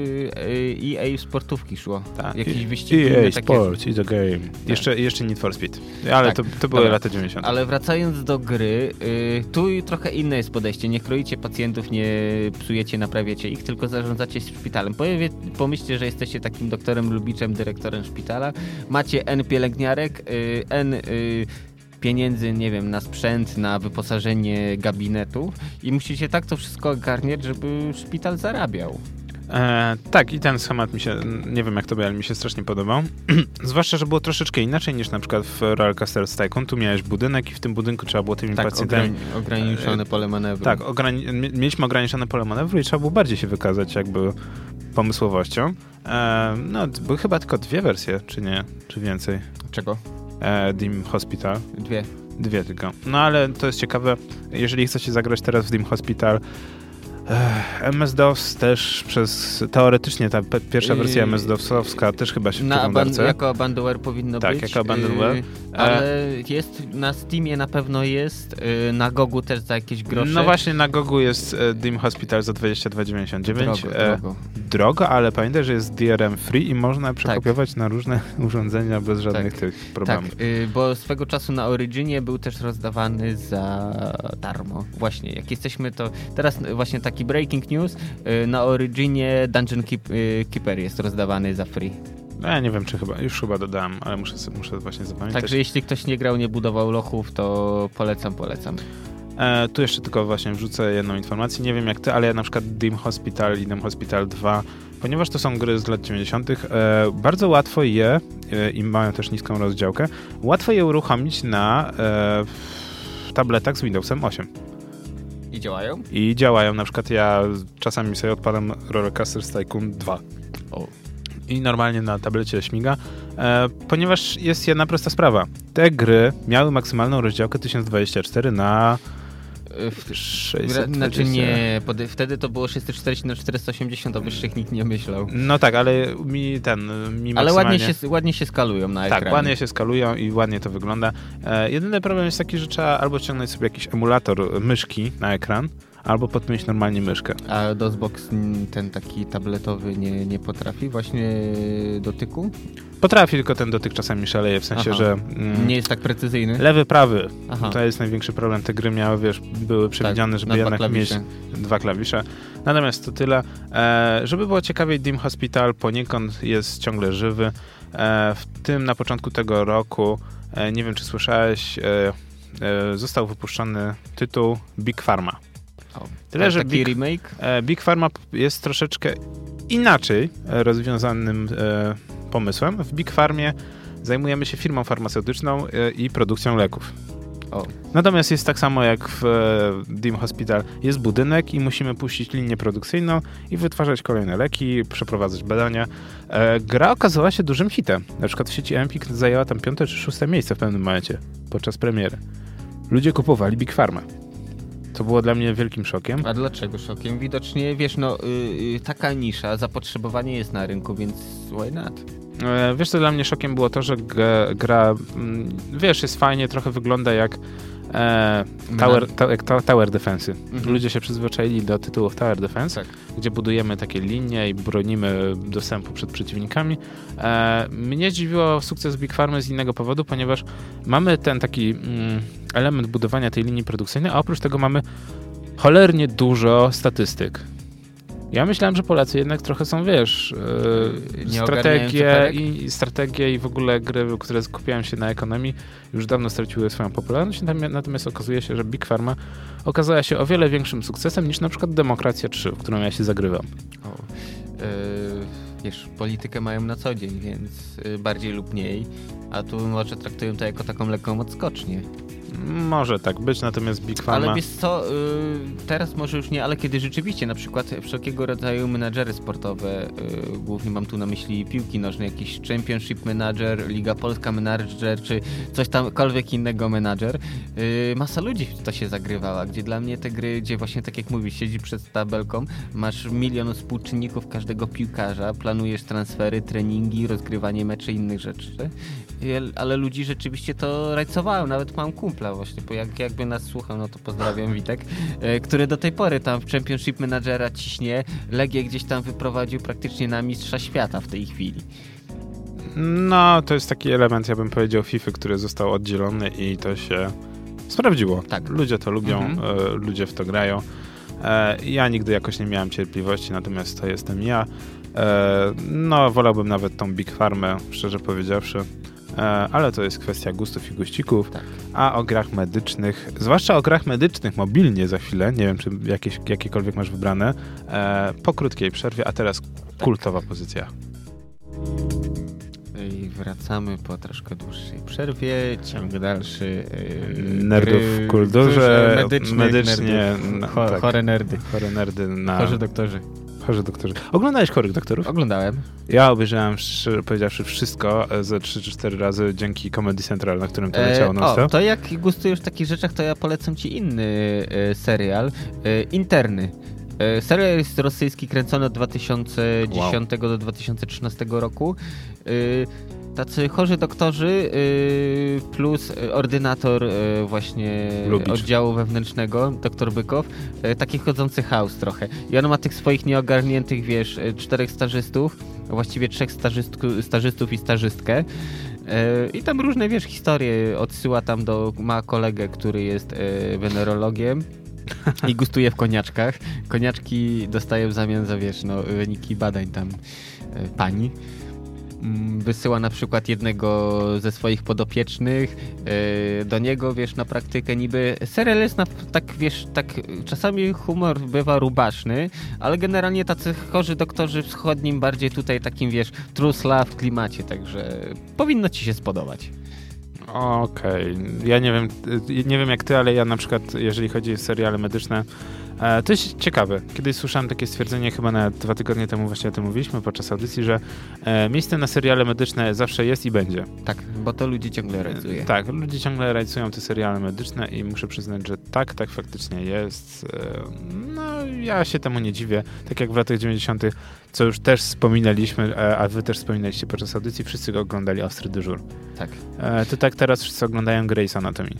E A w sportówki szło. Tak. Jakieś wyścigi. E A Sports, it's a game. Tak. Jeszcze, jeszcze Need for Speed. Ale tak. to, to były Dobra. lata dziewięćdziesiąte. Ale wracając do gry, y, tu trochę inne jest podejście. Nie kroicie pacjentów, nie psujecie, naprawiacie ich, tylko zarządzacie szpitalem. Powie, pomyślcie, że jesteście takim doktorem Lubiczem, dyrektorem szpitala. Macie N pielęgniarek, y, N... Y, pieniędzy, nie wiem, na sprzęt, na wyposażenie gabinetu i musicie tak to wszystko ogarniać, żeby szpital zarabiał. E, tak, i ten schemat mi się, nie wiem jak tobie, ale mi się strasznie podobał. Zwłaszcza, że było troszeczkę inaczej niż na przykład w Rollercoaster Tycoon. Tu miałeś budynek i w tym budynku trzeba było tymi tak, pacjentami... Tak, ograniczone pole manewru. Tak, ograni- mieliśmy ograniczone pole manewru i trzeba było bardziej się wykazać jakby pomysłowością. E, no, były chyba tylko dwie wersje, czy nie? Czy więcej? Czego? E, Dem Hospital. Dwie. Dwie tylko. No ale to jest ciekawe, jeżeli chcecie zagrać teraz w Dem Hospital, M S-DOS też przez, teoretycznie ta pe- pierwsza wersja M S-DOSowska też chyba się w na przeglądarce. Aban- jako abandonware powinno tak, być. Tak, jako abandonware. Yy, ale jest, na Steamie na pewno jest, yy, na Gogu też za jakieś grosze. No właśnie, na Gogu jest e, Dim Hospital za dwadzieścia dwa dziewięćdziesiąt dziewięć. Drogo, e, drogo. drogo, ale pamiętaj, że jest D R M free i można przekopiować tak. na różne urządzenia bez żadnych tak. tych problemów. Tak, yy, bo swego czasu na Originie był też rozdawany za darmo. Właśnie, jak jesteśmy to... Teraz właśnie taki breaking news. Yy, na Originie Dungeon Keep, yy, Keeper jest rozdawany za free. No ja nie wiem, czy chyba, już chyba dodałem, ale muszę, muszę właśnie zapamiętać. Także jeśli ktoś nie grał, nie budował lochów, to polecam, polecam. E, tu jeszcze tylko właśnie wrzucę jedną informację. Nie wiem jak ty, ale ja na przykład Dim Hospital i Dim Hospital dwa, ponieważ to są gry z lat dziewięćdziesiątych, e, bardzo łatwo je, e, i mają też niską rozdziałkę, łatwo je uruchomić na e, tabletach z Windowsem osiem. I działają? I działają. Na przykład ja czasami sobie odpalam Rollercoaster Tycoon dwa. O. I normalnie na tablecie śmiga, e, ponieważ jest jedna prosta sprawa. Te gry miały maksymalną rozdziałkę tysiąc dwadzieścia cztery na sześćset dwadzieścia. Znaczy nie, pod, wtedy to było sześćset czterdzieści na czterysta osiemdziesiąt, o wyższych nikt nie myślał. No tak, ale mi ten, mi Ale maksymalnie... ładnie się, ładnie się skalują na ekranie. Tak, ładnie się skalują i ładnie to wygląda. E, jedyny problem jest taki, że trzeba albo ściągnąć sobie jakiś emulator myszki na ekran, albo podpiąć normalnie myszkę. A DOSBox ten taki tabletowy nie, nie potrafi właśnie dotyku? Potrafi, tylko ten dotyk czasami szaleje, w sensie, Aha. że... Mm, nie jest tak precyzyjny? Lewy, prawy. Aha. To jest największy problem. Te gry miały, wiesz, były przewidziane, tak, żeby jednak mieć dwa klawisze. Natomiast to tyle. E, żeby było ciekawiej, Dim Hospital poniekąd jest ciągle żywy. E, w tym na początku tego roku, e, nie wiem czy słyszałeś, e, e, został wypuszczony tytuł Big Pharma. O, Tyle, tak, że taki Big, remake? E, Big Pharma jest troszeczkę inaczej rozwiązanym e, pomysłem. W Big Pharmie zajmujemy się firmą farmaceutyczną e, i produkcją leków. O. Natomiast jest tak samo jak w e, Dim Hospital. Jest budynek i musimy puścić linię produkcyjną i wytwarzać kolejne leki, przeprowadzać badania. E, gra okazała się dużym hitem. Na przykład w sieci Empik zajęła tam piąte czy szóste miejsce w pewnym momencie podczas premiery. Ludzie kupowali Big Pharma. To było dla mnie wielkim szokiem. A dlaczego szokiem? Widocznie, wiesz, no yy, taka nisza, zapotrzebowanie jest na rynku, więc why not? E, wiesz, co dla mnie szokiem było to, że g- gra, m, wiesz, jest fajnie, trochę wygląda jak e, tower, ta, jak ta, Tower Defense. Mhm. Ludzie się przyzwyczaili do tytułów Tower Defense, tak. Gdzie budujemy takie linie i bronimy dostępu przed przeciwnikami. E, mnie dziwiło sukces Big Pharma z innego powodu, ponieważ mamy ten taki mm, element budowania tej linii produkcyjnej, a oprócz tego mamy cholernie dużo statystyk. Ja myślałem, że Polacy jednak trochę są, wiesz, yy, strategie i strategie i w ogóle gry, które skupiają się na ekonomii, już dawno straciły swoją popularność, natomiast okazuje się, że Big Pharma okazała się o wiele większym sukcesem niż na przykład Demokracja trzy, w którą ja się zagrywam. O, yy, wiesz, politykę mają na co dzień, więc yy, bardziej lub mniej, a tu może traktują to jako taką lekką odskocznię. Może tak być, natomiast Big Pharma... Ale wiesz co, yy, teraz może już nie, ale kiedy rzeczywiście na przykład wszelkiego rodzaju menadżery sportowe, yy, głównie mam tu na myśli piłki nożnej, jakiś Championship Manager, Liga Polska Manager, czy coś tamkolwiek innego menadżer, yy, masa ludzi w to się zagrywała, gdzie dla mnie te gry, gdzie właśnie tak jak mówisz, siedzi przed tabelką, masz milion współczynników każdego piłkarza, planujesz transfery, treningi, rozgrywanie meczy i innych rzeczy, yy, ale ludzi rzeczywiście to rajcowało, nawet mam kumpla właśnie, bo jak, jakby nas słuchał, no to pozdrawiam Witek, e, który do tej pory tam w Championship Managera ciśnie, Legię gdzieś tam wyprowadził praktycznie na mistrza świata w tej chwili. No, to jest taki element, ja bym powiedział, FIFA, który został oddzielony i to się sprawdziło. Tak. Ludzie to lubią, mhm. e, ludzie w to grają. E, ja nigdy jakoś nie miałem cierpliwości, natomiast to jestem ja. E, no, wolałbym nawet tą Big Pharmę, szczerze powiedziawszy. Ale to jest kwestia gustów i guścików, tak. A o grach medycznych, zwłaszcza o grach medycznych mobilnie za chwilę, nie wiem czy jakieś, jakiekolwiek masz wybrane, e, po krótkiej przerwie, a teraz tak. Kultowa pozycja. I wracamy po troszkę dłuższej przerwie, ciąg dalszy. Yy, nerdów w kulturze, medycznie, nerdów, Cho, tak. chore nerdy. Chore nerdy na... Chorzy doktorzy. Chorzy doktorzy. Oglądałeś Chorych Doktorów? Oglądałem. Ja obejrzałem, szczerze powiedziawszy, wszystko ze trzy czy cztery razy dzięki Comedy Central, na którym to leciało non stop. O, to jak gustujesz w takich rzeczach, to ja polecam ci inny e, serial. E, Interny. E, serial jest rosyjski, kręcony od dwa tysiące dziesiątego wow. do dwa tysiące trzynastego roku. E, tacy chorzy doktorzy e, plus ordynator e, właśnie Lubicz. oddziału wewnętrznego, doktor Bykow, e, taki chodzący chaos trochę. I on ma tych swoich nieogarniętych, wiesz, czterech stażystów, właściwie trzech stażystku, stażystów i stażystkę. I tam różne, wiesz, historie odsyła tam do, ma kolegę, który jest e, wenerologiem i gustuje w koniaczkach. Koniaczki dostaje w zamian za, wiesz, no, wyniki badań tam e, pani. Wysyła na przykład jednego ze swoich podopiecznych e, do niego, wiesz, na praktykę niby. Serial jest na, tak, wiesz, tak czasami humor bywa rubaszny, ale generalnie tacy chorzy doktorzy wschodnim bardziej tutaj takim, wiesz, true love w klimacie, także powinno ci się spodobać. Okej, okay. Ja nie wiem, nie wiem jak ty, ale ja na przykład, jeżeli chodzi o seriale medyczne, e, to jest ciekawe. Kiedyś słyszałem takie stwierdzenie, chyba nawet dwa tygodnie temu właśnie o tym mówiliśmy podczas audycji, że e, miejsce na seriale medyczne zawsze jest i będzie. Tak, bo to ludzie ciągle realizuje. E, tak, ludzie ciągle realizują te seriale medyczne i muszę przyznać, że tak, tak faktycznie jest. E, no, ja się temu nie dziwię. Tak jak w latach dziewięćdziesiątych, co już też wspominaliśmy, a, a wy też wspominaliście podczas audycji, wszyscy go oglądali Ostry dyżur. Tak. E, to tak teraz wszyscy oglądają Grey's Anatomy.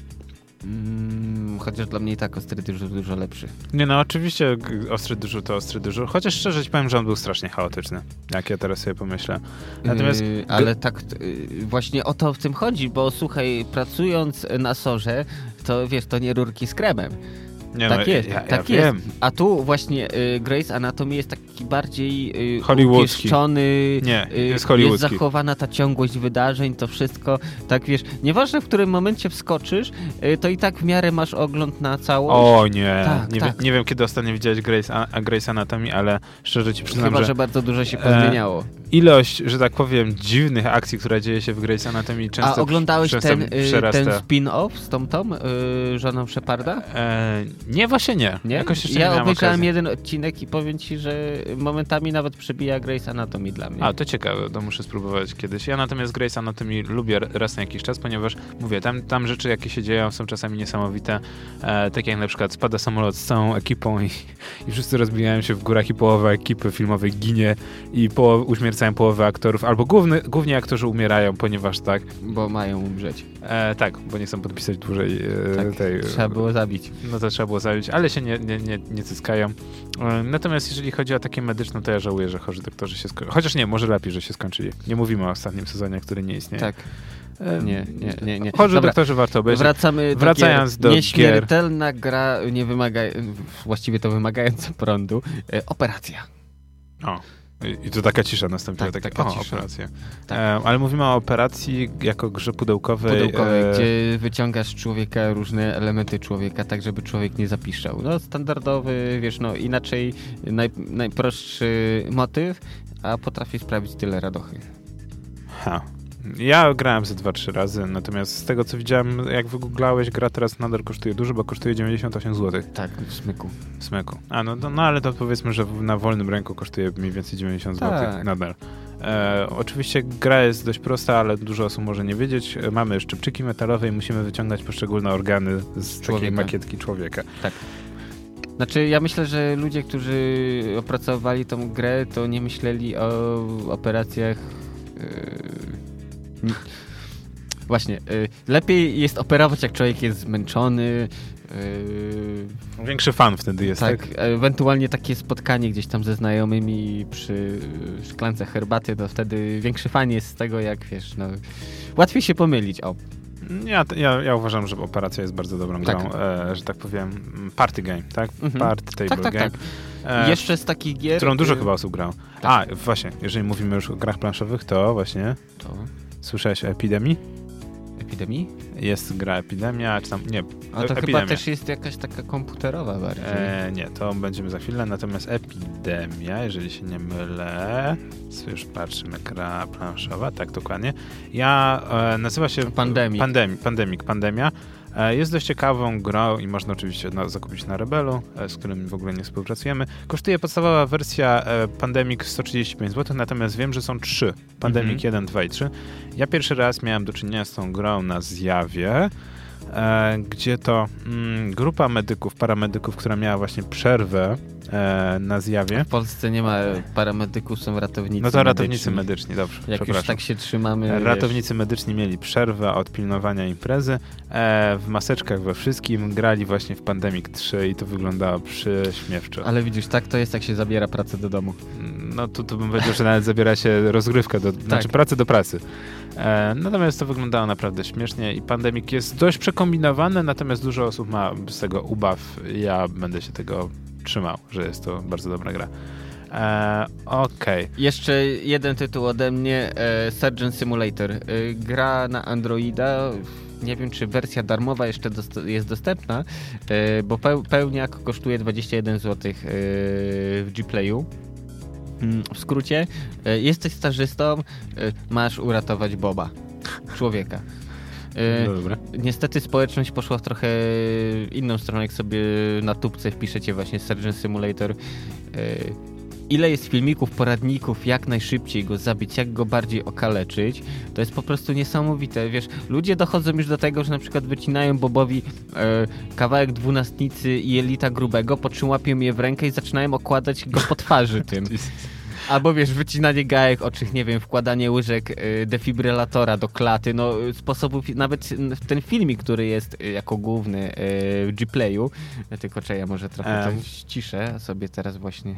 Mm, chociaż dla mnie i tak Ostry dyżur dużo lepszy. Nie no, oczywiście Ostry dyżur to Ostry dyżur, chociaż szczerze ci powiem, że on był strasznie chaotyczny, jak ja teraz sobie pomyślę. Natomiast... Yy, ale tak yy, właśnie o to w tym chodzi, bo słuchaj, pracując na sorze, to wiesz, to nie rurki z kremem. Nie tak no, jest, ja, tak ja jest. Wiem. A tu właśnie y, Grey's Anatomy jest taki bardziej y, hollywoodzki. upieszczony, Nie, y, jest hollywoodzki. Jest zachowana ta ciągłość wydarzeń, to wszystko, tak wiesz, nieważne w którym momencie wskoczysz, y, to i tak w miarę masz ogląd na całość. O nie, tak, nie, tak. Wie, nie wiem kiedy ostatnio widziałeś Grey's, a, Grey's Anatomy, ale szczerze ci przyznam, Chyba, że... że bardzo dużo się pozmieniało. E, ilość, że tak powiem, dziwnych akcji, która dzieje się w Grey's Anatomy często... A oglądałeś często ten, y, ten spin-off z tą tą, y, żoną Sheparda? E, nie, właśnie nie. Nie? Jakoś jeszcze ja nie obejrzałem okazji. jeden odcinek i powiem ci, że momentami nawet przebija Grey's Anatomy dla mnie. A, to ciekawe, to muszę spróbować kiedyś. Ja natomiast Grey's Anatomy lubię raz na jakiś czas, ponieważ mówię, tam, tam rzeczy jakie się dzieją są czasami niesamowite. E, tak jak na przykład spada samolot z całą ekipą i, i wszyscy rozbijają się w górach i połowa ekipy filmowej ginie i połow, uśmiercają połowę aktorów, albo główny, głównie aktorzy umierają, ponieważ tak... Bo mają umrzeć. E, tak, bo nie chcą podpisać dłużej e, tak, tej... Trzeba było zabić. No to trzeba było zabić, ale się nie, nie, nie, nie cyskają. E, natomiast jeżeli chodzi o takie medyczne, to ja żałuję, że chorzy doktorzy się skończyli. Chociaż nie, może lepiej, że się skończyli. Nie mówimy o ostatnim sezonie, który nie istnieje. Tak. E, nie, nie, nie, nie. Chorzy Dobra, doktorzy warto obejrzeć. Wracamy do Wracając gier. do Nieśmiertelna gier. Gra, nie wymaga, właściwie to wymagająca prądu. E, operacja. O. I tu taka cisza nastąpiła. Tak, takie, taka o, cisza. operacja. Tak. E, ale mówimy o operacji jako grze pudełkowej. Pudełkowej, e... gdzie wyciągasz z człowieka różne elementy człowieka, tak żeby człowiek nie zapiszczał. No standardowy, wiesz, no inaczej naj, najprostszy motyw, a potrafi sprawić tyle radochy. Ha. Ja grałem ze dwa trzy razy, natomiast z tego co widziałem, jak wygooglałeś, gra teraz nadal kosztuje dużo, bo kosztuje dziewięćdziesiąt osiem złotych. Tak, w smyku. W smyku. A, no, no, no ale to powiedzmy, że na wolnym rynku kosztuje mniej więcej dziewięćdziesiąt złotych tak. nadal. E, oczywiście gra jest dość prosta, ale dużo osób może nie wiedzieć. Mamy szczypczyki metalowe i musimy wyciągać poszczególne organy z człowieka. Takiej makietki człowieka. Tak. Znaczy, ja myślę, że ludzie, którzy opracowali tą grę, to nie myśleli o operacjach... Yy... Właśnie, yy, lepiej jest operować, jak człowiek jest zmęczony. Yy... Większy fan wtedy jest, tak? Tak, ewentualnie takie spotkanie gdzieś tam ze znajomymi przy szklance herbaty, to wtedy większy fan jest z tego, jak wiesz, no... Łatwiej się pomylić, o. Ja, ja, ja uważam, że operacja jest bardzo dobrą tak. grą, e, że tak powiem, party game, tak? Mhm. Party table tak, tak, game. Tak. E, Jeszcze z takich gier... Którą dużo y... chyba osób grało. Tak. A, właśnie, jeżeli mówimy już o grach planszowych, to właśnie... To? Słyszałeś o Epidemii? Epidemii? Jest gra Epidemia, czy tam... Nie, A to Epidemia. chyba też jest jakaś taka komputerowa bardziej. E, nie, to będziemy za chwilę, natomiast Epidemia, jeżeli się nie mylę, już patrzymy, gra planszowa, tak dokładnie. Ja, e, nazywa się... Pandemic. Pandemic, Pandemic, Pandemia. E, jest dość ciekawą grą i można oczywiście na, zakupić na Rebelu, e, z którym w ogóle nie współpracujemy. Kosztuje podstawowa wersja e, Pandemic sto trzydzieści pięć złotych, natomiast wiem, że są trzy. Pandemic mhm. jeden, dwa i trzy. Ja pierwszy raz miałem do czynienia z tą grą na zjawie, E, gdzie to mm, grupa medyków, paramedyków, która miała właśnie przerwę e, na zjawie. W Polsce nie ma paramedyków, są ratownicy No to ratownicy medyczni. medyczni, dobrze. Jak już tak się trzymamy. Ratownicy wiesz. medyczni mieli przerwę od pilnowania imprezy. E, w maseczkach we wszystkim grali właśnie w Pandemic trzy i to wyglądało prześmiewczo. Ale widzisz, tak to jest, jak się zabiera pracę do domu. No tu, tu bym powiedział, że nawet zabiera się rozgrywkę, do, tak. znaczy pracę do pracy. E, natomiast to wyglądało naprawdę śmiesznie i Pandemic jest dość przekombinowany, natomiast dużo osób ma z tego ubaw. Ja będę się tego trzymał, że jest to bardzo dobra gra. E, Okej. Okay. Jeszcze jeden tytuł ode mnie, e, Surgeon Simulator. E, gra na Androida. Nie wiem, czy wersja darmowa jeszcze dost- jest dostępna, e, bo peł- pełniak kosztuje dwadzieścia jeden złotych e, w Gplayu. W skrócie, e, jesteś stażystą, e, masz uratować Boba, człowieka. E, no dobra. Niestety społeczność poszła w trochę inną stronę, jak sobie na tubce wpiszecie właśnie Surgeon Simulator. E, ile jest filmików, poradników, jak najszybciej go zabić, jak go bardziej okaleczyć, to jest po prostu niesamowite. Wiesz, ludzie dochodzą już do tego, że na przykład wycinają Bobowi e, kawałek dwunastnicy i jelita grubego, po czym łapią je w rękę i zaczynają okładać go po twarzy tym. Albo wiesz, wycinanie gałek ocznych, nie wiem, wkładanie łyżek y, defibrylatora do klaty, no sposobów, nawet ten filmik, który jest y, jako główny y, w Gplayu, tylko czekaj, ja może trochę um. to ściszę sobie teraz właśnie.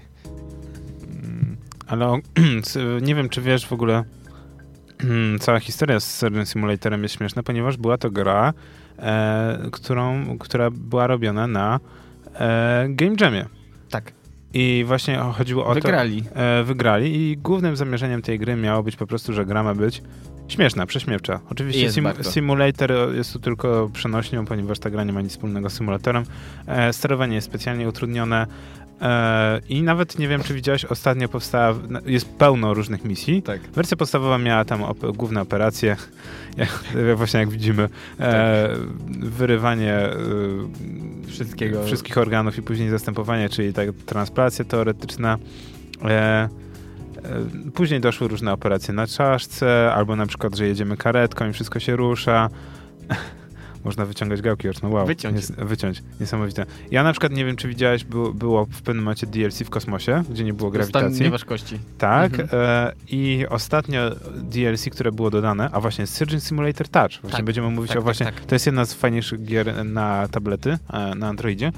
Ale nie wiem, czy wiesz w ogóle, cała historia z Surgeon Simulatorem jest śmieszna, ponieważ była to gra, e, którą, która była robiona na e, Game Jamie. Tak. I właśnie chodziło o wygrali. to... Wygrali. E, wygrali i głównym zamierzeniem tej gry miało być po prostu, że gra ma być śmieszna, prześmiewcza. Oczywiście sim- Simulator jest tu tylko przenośnią, ponieważ ta gra nie ma nic wspólnego z symulatorem. E, sterowanie jest specjalnie utrudnione. I nawet nie wiem, czy widziałeś, ostatnio powstała, jest pełno różnych misji. Tak. Wersja podstawowa miała tam op- główne operacje, jak, właśnie jak widzimy, e, wyrywanie e, Wszystkiego. wszystkich organów i później zastępowanie, czyli tak transplantacja teoretyczna. E, e, później doszły różne operacje na czaszce, albo na przykład, że jedziemy karetką i wszystko się rusza. Można wyciągać gałki oczne. Wow. Wyciąć. Nies- wyciąć. Niesamowite. Ja na przykład nie wiem, czy widziałeś, było, było w pewnym momencie D L C w kosmosie, gdzie nie było grawitacji. Stan nieważkości. Tak. Mhm. E, I ostatnio D L C, które było dodane, a właśnie Surgeon Simulator Touch. Właśnie tak, będziemy mówić tak, o właśnie... Tak, tak. To jest jedna z fajniejszych gier na tablety, na Androidzie.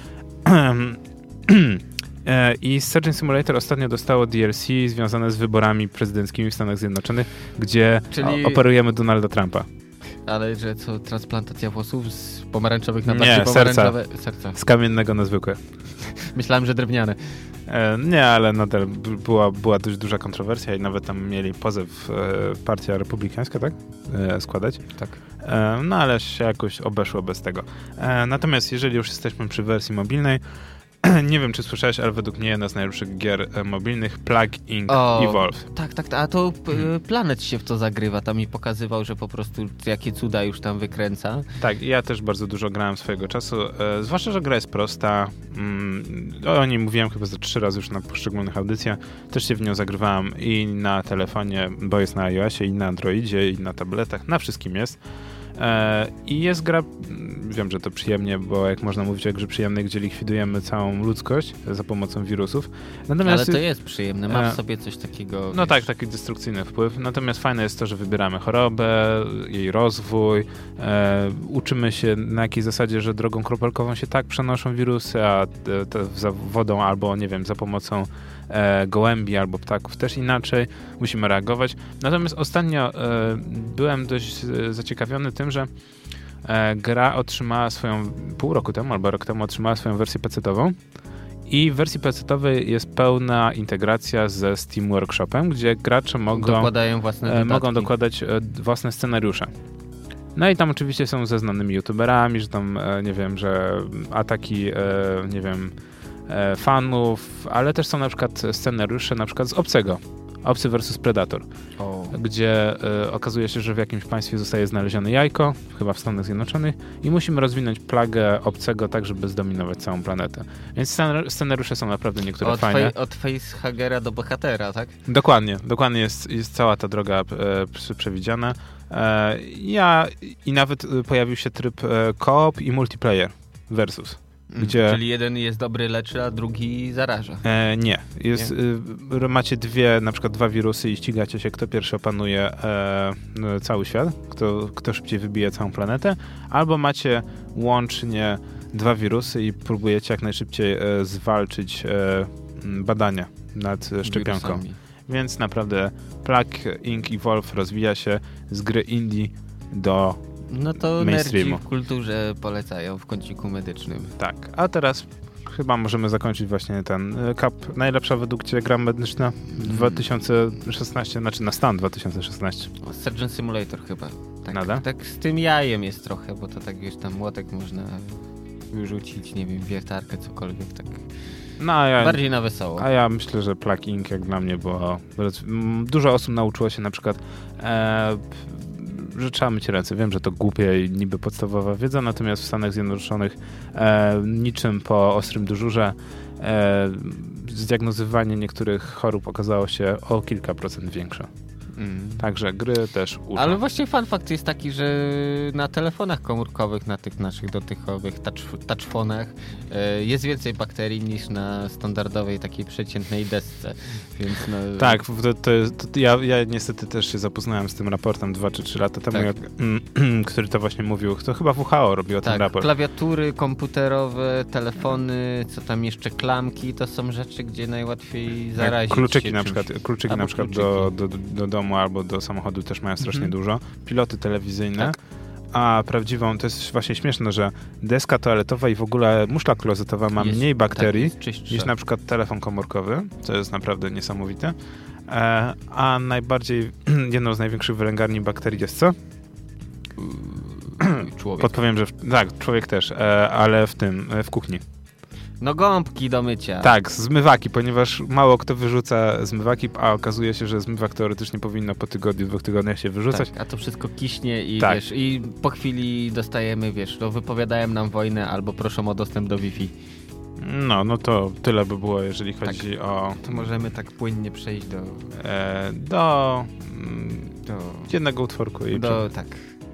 I Surgeon Simulator ostatnio dostało D L C związane z wyborami prezydenckimi w Stanach Zjednoczonych, gdzie Czyli... operujemy Donalda Trumpa. Ale że co, transplantacja włosów z pomarańczowych na bardziej nie, pomarańczowe? Serca. serca. Z kamiennego na zwykłe. Myślałem, że drewniane. E, nie, ale nadal była, była dość duża kontrowersja i nawet tam mieli pozew e, partia republikańska, tak? E, składać. Tak. E, no ale się jakoś obeszło bez tego. E, natomiast jeżeli już jesteśmy przy wersji mobilnej, nie wiem, czy słyszałeś, ale według mnie jedna z najlepszych gier e, mobilnych, Plague Incorporated. O, Evolve. Tak, tak, a to p- Planet się w to zagrywa, tam mi pokazywał, że po prostu jakie cuda już tam wykręca. Tak, ja też bardzo dużo grałem swojego czasu, e, zwłaszcza, że gra jest prosta. Mm, o niej mówiłem chyba ze trzy razy już na poszczególnych audycjach. Też się w nią zagrywałem i na telefonie, bo jest na iOSie, i na Androidzie, i na tabletach, na wszystkim jest. E, I jest gra, wiem, że to przyjemnie, bo jak można mówić o grze przyjemnej, gdzie likwidujemy całą ludzkość za pomocą wirusów. Natomiast, ale to jest przyjemne, ma w e, sobie coś takiego. No wiesz. tak, taki destrukcyjny wpływ. Natomiast fajne jest to, że wybieramy chorobę, jej rozwój, e, uczymy się na jakiej zasadzie, że drogą kropelkową się tak przenoszą wirusy, a te, te za wodą albo, nie wiem, za pomocą e, gołębi albo ptaków też inaczej. Musimy reagować. Natomiast ostatnio e, byłem dość e, zaciekawiony tym, że e, gra otrzymała swoją, pół roku temu albo rok temu otrzymała swoją wersję pecetową i w wersji pecetowej jest pełna integracja ze Steam Workshopem, gdzie gracze mogą, Dokładają własne e, mogą dokładać e, własne scenariusze. No i tam oczywiście są ze znanymi youtuberami, że tam, e, nie wiem, że ataki, e, nie wiem, e, fanów, ale też są na przykład scenariusze na przykład z Obcego. Obcy versus Predator, o. gdzie y, okazuje się, że w jakimś państwie zostaje znalezione jajko, chyba w Stanach Zjednoczonych, i musimy rozwinąć plagę obcego tak, żeby zdominować całą planetę. Więc scenariusze są naprawdę niektóre od fajne. Fej, od facehagera do bohatera, tak? Dokładnie, dokładnie jest, jest cała ta droga e, przewidziana. E, ja i nawet pojawił się tryb e, co-op i multiplayer versus. Gdzie... Czyli jeden jest dobry, leczy, a drugi zaraża. E, nie. Jest, nie? Y, macie dwie, na przykład dwa wirusy i ścigacie się, kto pierwszy opanuje e, cały świat, kto, kto szybciej wybije całą planetę, albo macie łącznie dwa wirusy i próbujecie jak najszybciej e, zwalczyć e, badania nad szczepionką. Wirusami. Więc naprawdę Plague Incorporated. Evolve rozwija się z gry indie do no to mainstreamu. Nerdzi w kulturze polecają w kąciku medycznym. Tak, a teraz chyba możemy zakończyć właśnie ten Cup. Najlepsza według Ciebie gra medyczna dwa tysiące szesnaście, znaczy na stan dwa tysiące szesnaście. Surgeon Simulator chyba. Tak, Nada? Tak z tym jajem jest trochę, bo to tak wiesz, tam młotek można wyrzucić, nie wiem, wiertarkę, cokolwiek, tak. No, a ja, bardziej na wesoło. A ja myślę, że Plague Incorporated jak dla mnie, bo dużo osób nauczyło się na przykład e, że trzeba myć ręce. Wiem, że to głupie i niby podstawowa wiedza, natomiast w Stanach Zjednoczonych e, niczym po ostrym dyżurze e, zdiagnozowanie niektórych chorób okazało się o kilka procent większe. Mm. Także gry też uczą. Ale właśnie fun fact jest taki, że na telefonach komórkowych, na tych naszych dotykowych touch, touchfonach e, jest więcej bakterii niż na standardowej takiej przeciętnej desce. Więc no... Tak, to, to, to ja, ja niestety też się zapoznałem z tym raportem dwa czy trzy lata temu, tak. jak, który to właśnie mówił. To chyba W H O robiło tak, ten raport. Klawiatury komputerowe, telefony, co tam jeszcze, klamki, to są rzeczy, gdzie najłatwiej zarazić kluczyki się na czymś. przykład, kluczyki Albo na przykład kluczyki. Do, do, do domu albo do samochodu też mają strasznie mhm. dużo. Piloty telewizyjne. Tak. A prawdziwą, to jest właśnie śmieszne, że deska toaletowa i w ogóle muszla klozetowa ma jest, mniej bakterii tak, jest niż na przykład telefon komórkowy, co jest naprawdę niesamowite. E, a najbardziej, jedną z największych wylęgarni bakterii jest co? Człowiek. Podpowiem, że w, tak, człowiek też, e, ale w tym, w kuchni. No gąbki do mycia. Tak, zmywaki, ponieważ mało kto wyrzuca zmywaki, a okazuje się, że zmywak teoretycznie powinno po tygodniu, dwóch tygodniach się wyrzucać. Tak, a to wszystko kiśnie i tak. wiesz, i po chwili dostajemy, wiesz, to wypowiadają nam wojnę albo proszą o dostęp do Wi-Fi. No, no to tyle by było, jeżeli chodzi tak. o... To możemy tak płynnie przejść do... E, do... do... jednego utworku. I do, tak.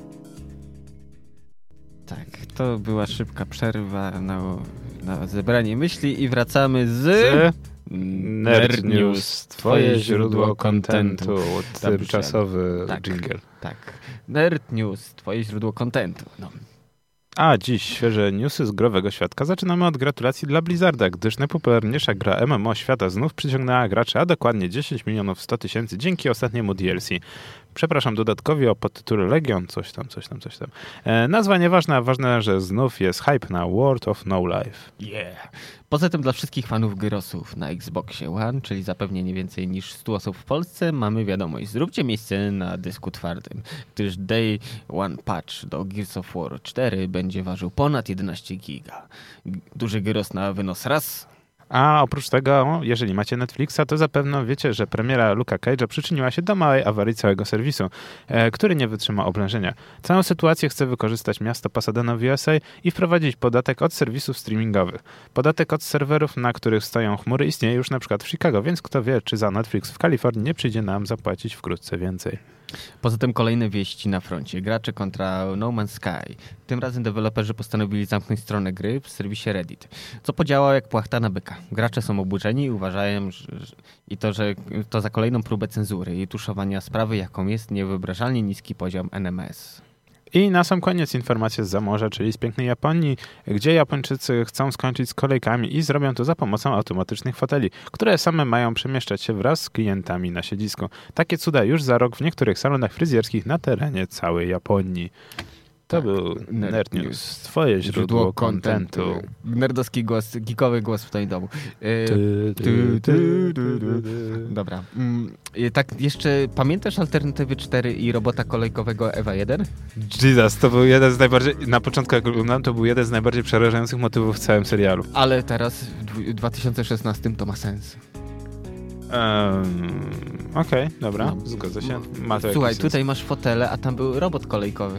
Tak, to była szybka przerwa na... na zebranie myśli i wracamy z... z... Nerd News, twoje źródło kontentu. Tymczasowy tak, dżingiel. Tak, Nerd News, twoje źródło kontentu. No. A dziś świeże newsy z growego świadka. Zaczynamy od gratulacji dla Blizzarda, gdyż najpopularniejsza gra M M O świata znów przyciągnęła graczy, a dokładnie dziesięć milionów sto tysięcy dzięki ostatniemu D L C. Przepraszam, dodatkowi o podtytule Legion, coś tam, coś tam, coś tam. E, nazwa nieważna, ważne, że znów jest hype na World of No Life. Yeah. Poza tym dla wszystkich fanów gyrosów na Xboxie One, czyli zapewne nie więcej niż stu osób w Polsce, mamy wiadomość. Zróbcie miejsce na dysku twardym, gdyż Day One Patch do Gears of War cztery będzie ważył ponad jedenaście giga. Duży gyros na wynos raz. A oprócz tego, jeżeli macie Netflixa, to zapewne wiecie, że premiera Luka Cage'a przyczyniła się do małej awarii całego serwisu, e, który nie wytrzyma oblężenia. Całą sytuację chce wykorzystać miasto Pasadena w U S A i wprowadzić podatek od serwisów streamingowych. Podatek od serwerów, na których stoją chmury, istnieje już na przykład w Chicago, więc kto wie, czy za Netflix w Kalifornii nie przyjdzie nam zapłacić wkrótce więcej. Poza tym kolejne wieści na froncie. Gracze kontra No Man's Sky. Tym razem deweloperzy postanowili zamknąć stronę gry w serwisie Reddit, co podziałało jak płachta na byka. Gracze są oburzeni i uważają, że, że, i to, że to za kolejną próbę cenzury i tuszowania sprawy, jaką jest niewyobrażalnie niski poziom N M S. I na sam koniec informacja z zamorza, czyli z pięknej Japonii, gdzie Japończycy chcą skończyć z kolejkami i zrobią to za pomocą automatycznych foteli, które same mają przemieszczać się wraz z klientami na siedzisku. Takie cuda już za rok w niektórych salonach fryzjerskich na terenie całej Japonii. To tak, był Nerd, Nerd News. News. Twoje źródło, źródło kontentu. kontentu. Nerdowski głos, geekowy głos w twoim domu. Dobra. Tak, jeszcze pamiętasz Alternatywy cztery i robota kolejkowego Ewa jeden? Jesus, to był jeden z najbardziej, na początku jak oglądałem, to był jeden z najbardziej przerażających motywów w całym serialu. Ale teraz w dwa tysiące szesnastym to ma sens. Um, Okej, okay, dobra, no. Zgodzę się. Ma to Słuchaj, tutaj masz fotele, a tam był robot kolejkowy.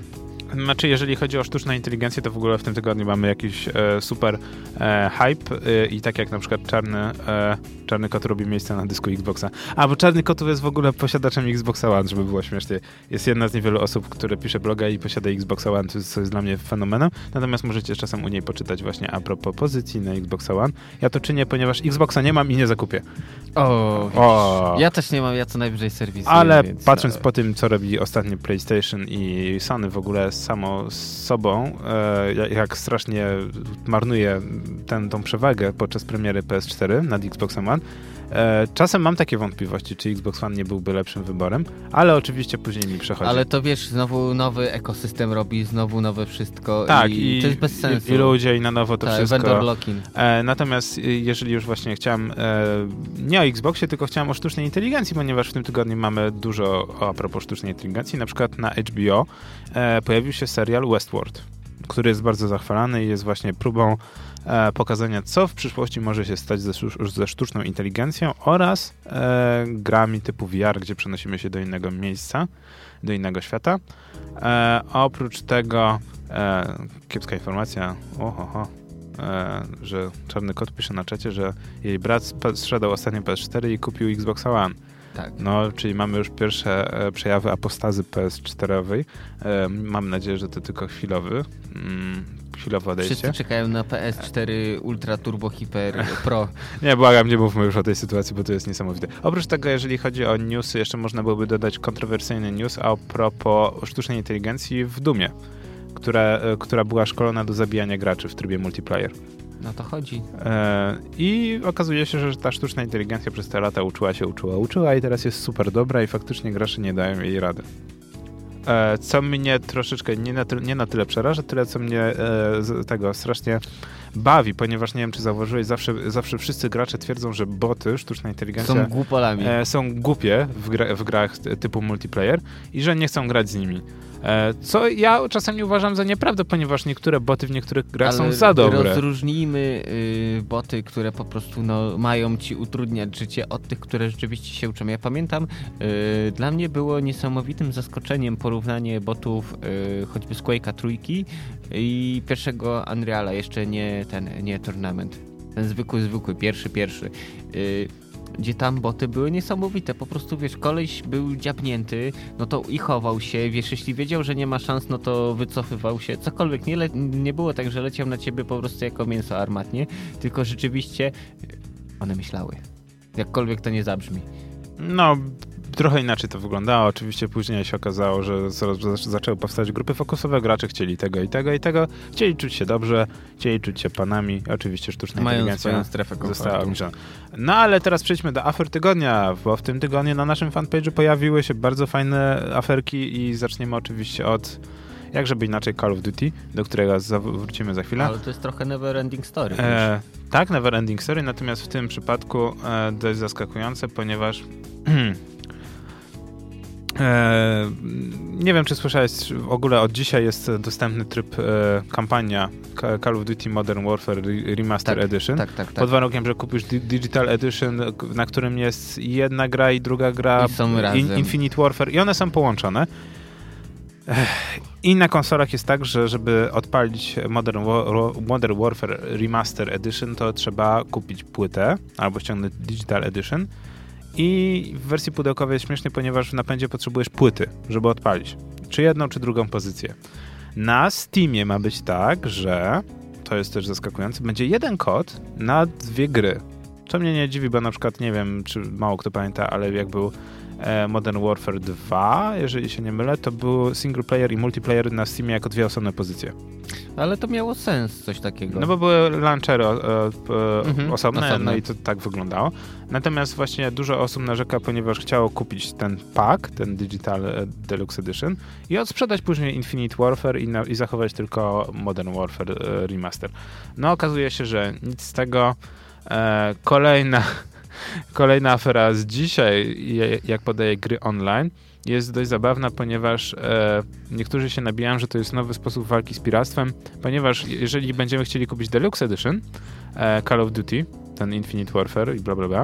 Znaczy, jeżeli chodzi o sztuczną inteligencję, to w ogóle w tym tygodniu mamy jakiś e, super e, hype e, i tak jak na przykład Czarny, e, Czarny Kot robi miejsce na dysku Xboxa. A, bo Czarny Kot jest w ogóle posiadaczem Xboxa One, żeby było śmiesznie. Jest jedna z niewielu osób, które pisze bloga i posiada Xboxa One, co jest, co jest dla mnie fenomenem. Natomiast możecie czasem u niej poczytać właśnie a propos pozycji na Xboxa One. Ja to czynię, ponieważ Xboxa nie mam i nie zakupię. O, o. Ja też nie mam, ja co najwyżej serwisuję. Ale więc patrząc no. po tym, co robi ostatnio PlayStation i Sony w ogóle samo z sobą, e, jak strasznie marnuje ten, tą przewagę podczas premiery P S cztery nad Xboxem One, e, czasem mam takie wątpliwości, czy Xbox One nie byłby lepszym wyborem, ale oczywiście później mi przechodzi. Ale to wiesz, znowu nowy ekosystem robi, znowu nowe wszystko tak, i, i to jest bez sensu. I, i ludzie i na nowo to tak, wszystko. vendor lock-in. E, natomiast jeżeli już właśnie chciałem e, nie o Xboxie, tylko chciałem o sztucznej inteligencji, ponieważ w tym tygodniu mamy dużo a propos sztucznej inteligencji. Na przykład na H B O e, pojawił się serial Westworld, który jest bardzo zachwalany i jest właśnie próbą e, pokazania, co w przyszłości może się stać ze, ze sztuczną inteligencją oraz e, grami typu V R, gdzie przenosimy się do innego miejsca, do innego świata. E, oprócz tego e, kiepska informacja, ohoho, e, że Czarny Kot pisze na czacie, że jej brat sprzedał ostatnio P S cztery i kupił Xboxa One. Tak. No, czyli mamy już pierwsze e, przejawy apostazy P S czterowej. E, mam nadzieję, że to tylko chwilowy. Mm, chwilowe odejście. Wszyscy czekają na P S cztery Ultra Turbo Hyper Pro. Nie, błagam, nie mówmy już o tej sytuacji, bo to jest niesamowite. Oprócz tego, jeżeli chodzi o newsy, jeszcze można byłoby dodać kontrowersyjny news a propos sztucznej inteligencji w Doomie, która, e, która była szkolona do zabijania graczy w trybie multiplayer. No to chodzi. E, I okazuje się, że ta sztuczna inteligencja przez te lata uczyła się, uczyła, uczyła i teraz jest super dobra i faktycznie gracze nie dają jej rady. E, co mnie troszeczkę nie na, nie na tyle przeraża, tyle co mnie e, z tego strasznie bawi, ponieważ nie wiem, czy zauważyłeś, zawsze, zawsze wszyscy gracze twierdzą, że boty, sztuczna inteligencja są głupolami. E, są głupie w, gra, w grach typu multiplayer i że nie chcą grać z nimi. Co ja czasami uważam za nieprawdę, ponieważ niektóre boty w niektórych grach ale są za dobre. Rozróżnijmy y, boty, które po prostu no, mają ci utrudniać życie od tych, które rzeczywiście się uczą. Ja pamiętam, y, dla mnie było niesamowitym zaskoczeniem porównanie botów y, choćby z Quake'a trójki i pierwszego Unreala, jeszcze nie ten, nie Tournament. Ten zwykły, zwykły, pierwszy, pierwszy. Y, gdzie tam boty były niesamowite. Po prostu, wiesz, koleś był dziabnięty, no to i chował się, wiesz, jeśli wiedział, że nie ma szans, no to wycofywał się. Cokolwiek, nie, le- nie było tak, że leciał na ciebie po prostu jako mięso armatnie, tylko rzeczywiście one myślały. Jakkolwiek to nie zabrzmi. No, trochę inaczej to wyglądało. Oczywiście później się okazało, że zaraz zaczęły powstać grupy fokusowe. Gracze chcieli tego i tego i tego. Chcieli czuć się dobrze, chcieli czuć się panami. Oczywiście sztuczna Mają inteligencja strefę została obniżona. No ale teraz przejdźmy do afer tygodnia, bo w tym tygodniu na naszym fanpage'u pojawiły się bardzo fajne aferki i zaczniemy oczywiście od, jak żeby inaczej, Call of Duty, do którego za- wrócimy za chwilę. Ale to jest trochę never ending story. E, tak, never ending story, natomiast w tym przypadku e, dość zaskakujące, ponieważ e, nie wiem, czy słyszałeś, w ogóle od dzisiaj jest dostępny tryb e, kampania Call of Duty Modern Warfare Remaster tak, Edition. Tak, tak, tak. Pod warunkiem, że kupisz Digital Edition, na którym jest jedna gra i druga gra, I są razem. In, Infinite Warfare, i one są połączone. I na konsolach jest tak, że żeby odpalić Modern, War, Modern Warfare Remaster Edition, to trzeba kupić płytę albo ściągnąć Digital Edition. I w wersji pudełkowej jest śmiesznie, ponieważ w napędzie potrzebujesz płyty, żeby odpalić. Czy jedną, czy drugą pozycję. Na Steamie ma być tak, że, to jest też zaskakujące, będzie jeden kod na dwie gry. Co mnie nie dziwi, bo na przykład, nie wiem, czy mało kto pamięta, ale jak był Modern Warfare dwa, jeżeli się nie mylę, to był single player i multiplayer na Steamie jako dwie osobne pozycje. Ale to miało sens, coś takiego. No bo były launchery o, o, mhm, osobne, osobne, no i to tak wyglądało. Natomiast właśnie dużo osób narzeka, ponieważ chciało kupić ten pack, ten Digital Deluxe Edition i odsprzedać później Infinite Warfare i, na, i zachować tylko Modern Warfare Remaster. No okazuje się, że nic z tego. E, kolejna Kolejna afera z dzisiaj, jak podaje gry online, jest dość zabawna, ponieważ e, niektórzy się nabijają, że to jest nowy sposób walki z piractwem, ponieważ jeżeli będziemy chcieli kupić Deluxe Edition e, Call of Duty, ten Infinite Warfare i bla bla bla,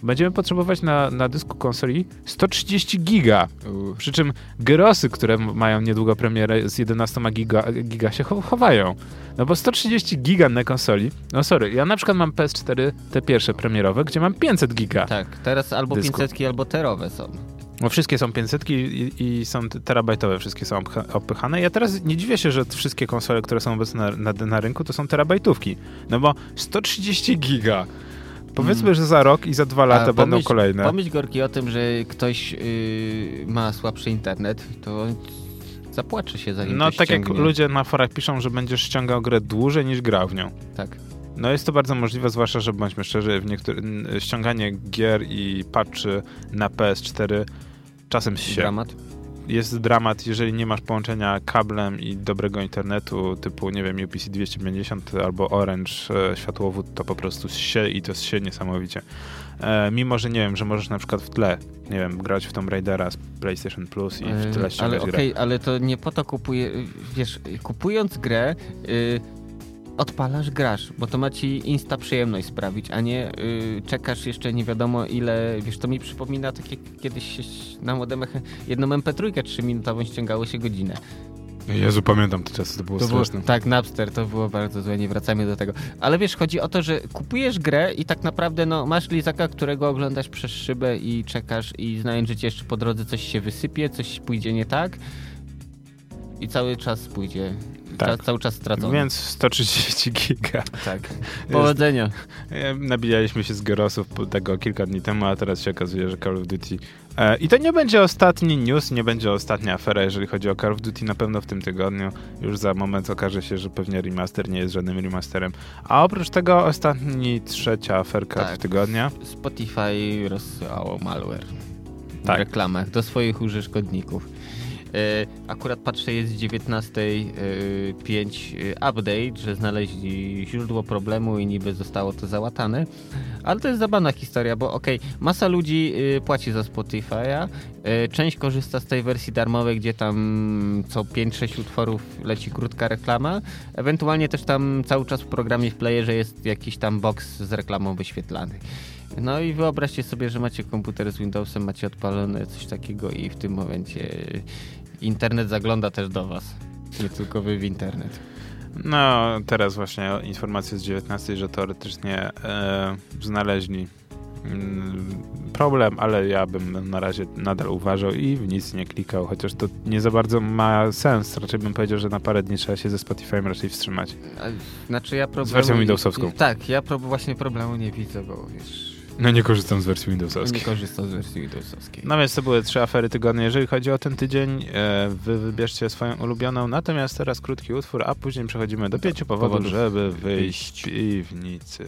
będziemy potrzebować na, na dysku konsoli sto trzydzieści giga. U. Przy czym gyrosy, które mają niedługo premierę z jedenastoma giga, giga się chowają. No bo sto trzydzieści giga na konsoli, no sorry, ja na przykład mam P S cztery, te pierwsze premierowe, gdzie mam pięćset giga. Tak, teraz albo dysku. pięćsetki, albo terowe są. No wszystkie są pięćsetki i, i są terabajtowe, wszystkie są opychane. Ja teraz nie dziwię się, że wszystkie konsole, które są obecne na, na, na rynku, to są terabajtówki. No bo sto trzydzieści giga. Powiedzmy, mm. że za rok i za dwa lata A, będą pomyśl, kolejne. Pomyśl, Gorki, o tym, że ktoś yy, ma słabszy internet, to zapłacze się za nim. No tak ściągnie. Jak ludzie na forach piszą, że będziesz ściągał grę dłużej niż grał w nią. Tak. No jest to bardzo możliwe, zwłaszcza, że bądźmy szczerzy, w niektórych ściąganie gier i patchy na P S cztery czasem się. Dramat. Jest dramat, jeżeli nie masz połączenia kablem i dobrego internetu typu, nie wiem, U P C dwieście pięćdziesiąt albo Orange e, światłowód, to po prostu się i to się niesamowicie. E, mimo, że nie wiem, że możesz na przykład w tle, nie wiem, grać w Tomb Raidera z PlayStation Plus i w tle ściągać ale, grę. Okay, ale to nie po to kupuje, wiesz, kupując grę, yy, odpalasz, grasz, bo to ma ci insta przyjemność sprawić, a nie yy, czekasz jeszcze nie wiadomo ile, wiesz, to mi przypomina tak jak kiedyś się na modemach jedną em pe trzy trzyminutową ściągało się godzinę. Jezu, pamiętam te czasy, to było to straszne. Było, tak, Napster, to było bardzo złe, nie wracamy do tego. Ale wiesz, chodzi o to, że kupujesz grę i tak naprawdę no, masz lizaka, którego oglądasz przez szybę i czekasz i znając, że ci jeszcze po drodze coś się wysypie, coś pójdzie nie tak i cały czas pójdzie. Tak. Ca- cały czas stracony. Więc sto trzydzieści giga. Tak. Powodzenia. Nabijaliśmy się z gyrosów tego kilka dni temu, a teraz się okazuje, że Call of Duty... E, I to nie będzie ostatni news, nie będzie ostatnia afera, jeżeli chodzi o Call of Duty. Na pewno w tym tygodniu. Już za moment okaże się, że pewnie remaster nie jest żadnym remasterem. A oprócz tego ostatni, trzecia aferka tak. w tygodnia. Spotify rozsyłało malware tak. w reklamach do swoich użytkowników. Akurat patrzę, jest dziewiętnasta pięć update, że znaleźli źródło problemu i niby zostało to załatane. Ale to jest zabawna historia, bo okej, okay, masa ludzi płaci za Spotify'a, część korzysta z tej wersji darmowej, gdzie tam co pięć sześć utworów leci krótka reklama. Ewentualnie też tam cały czas w programie w playerze jest jakiś tam box z reklamą wyświetlany. No i wyobraźcie sobie, że macie komputer z Windowsem, macie odpalone coś takiego i w tym momencie internet zagląda też do was. Nie tylko wy w internet. No, teraz właśnie informacje z dziewiętnastej, że teoretycznie e, znaleźli mm, problem, ale ja bym na razie nadal uważał i w nic nie klikał, chociaż to nie za bardzo ma sens. Raczej bym powiedział, że na parę dni trzeba się ze Spotify'em raczej wstrzymać. A, znaczy ja problemu... Z wersją Windowsowską. I, tak, ja pro, właśnie problemu nie widzę, bo wiesz... No nie korzystam z wersji Windowsowskiej. Nie korzystam z wersji Windowsowskiej. No więc to były trzy afery tygodnia. Jeżeli chodzi o ten tydzień, e, wy wybierzcie swoją ulubioną. Natomiast teraz krótki utwór, a później przechodzimy do pięciu powodów, powodów żeby wyjść z piwnicy.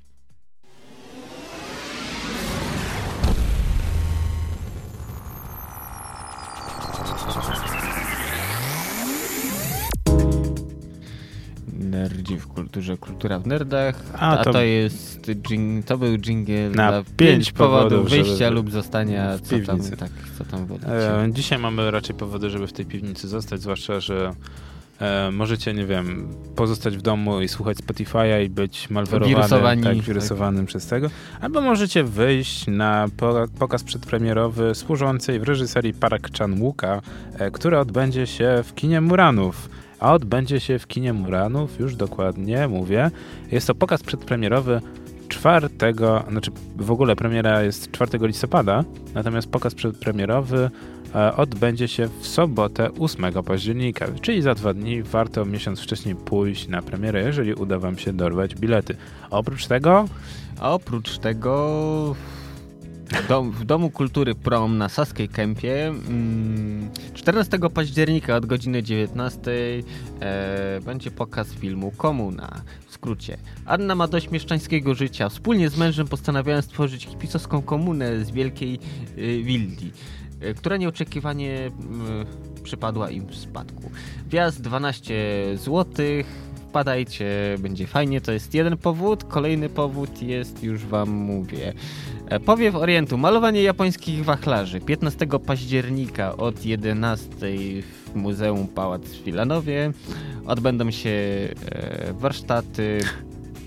Nerdzi w kulturze, kultura w nerdach, a, a to, to jest dżing, to był dżingiel na na pięć powodów, powodów wyjścia żeby lub zostania w co piwnicy. Tam, tak, co tam e, dzisiaj mamy raczej powody, żeby w tej piwnicy zostać, zwłaszcza, że e, możecie, nie wiem, pozostać w domu i słuchać Spotify'a i być malwarowanym, tak, wirusowanym tak. przez tego, albo możecie wyjść na pokaz przedpremierowy służącej w reżyserii Park Chan-wooka, e, który odbędzie się w kinie Muranów. A odbędzie się w kinie Muranów, już dokładnie mówię. Jest to pokaz przedpremierowy czwartego, znaczy w ogóle premiera jest czwartego listopada, natomiast pokaz przedpremierowy e, odbędzie się w sobotę ósmego października, czyli za dwa dni. Warto miesiąc wcześniej pójść na premierę, jeżeli uda wam się dorwać bilety. A oprócz tego... A oprócz tego... Dom, w Domu Kultury Prom na Saskiej Kępie czternastego października od godziny dziewiętnastej e, będzie pokaz filmu Komuna. W skrócie. Anna ma dość mieszczańskiego życia. Wspólnie z mężem postanawiają stworzyć hipisowską komunę z wielkiej y, willi, y, która nieoczekiwanie y, przypadła im w spadku. Wjazd dwanaście złotych. Wpadajcie, będzie fajnie, to jest jeden powód. Kolejny powód jest, już wam mówię. Powiew Orientu, malowanie japońskich wachlarzy. piętnastego października od jedenastej w Muzeum Pałac w Wilanowie odbędą się warsztaty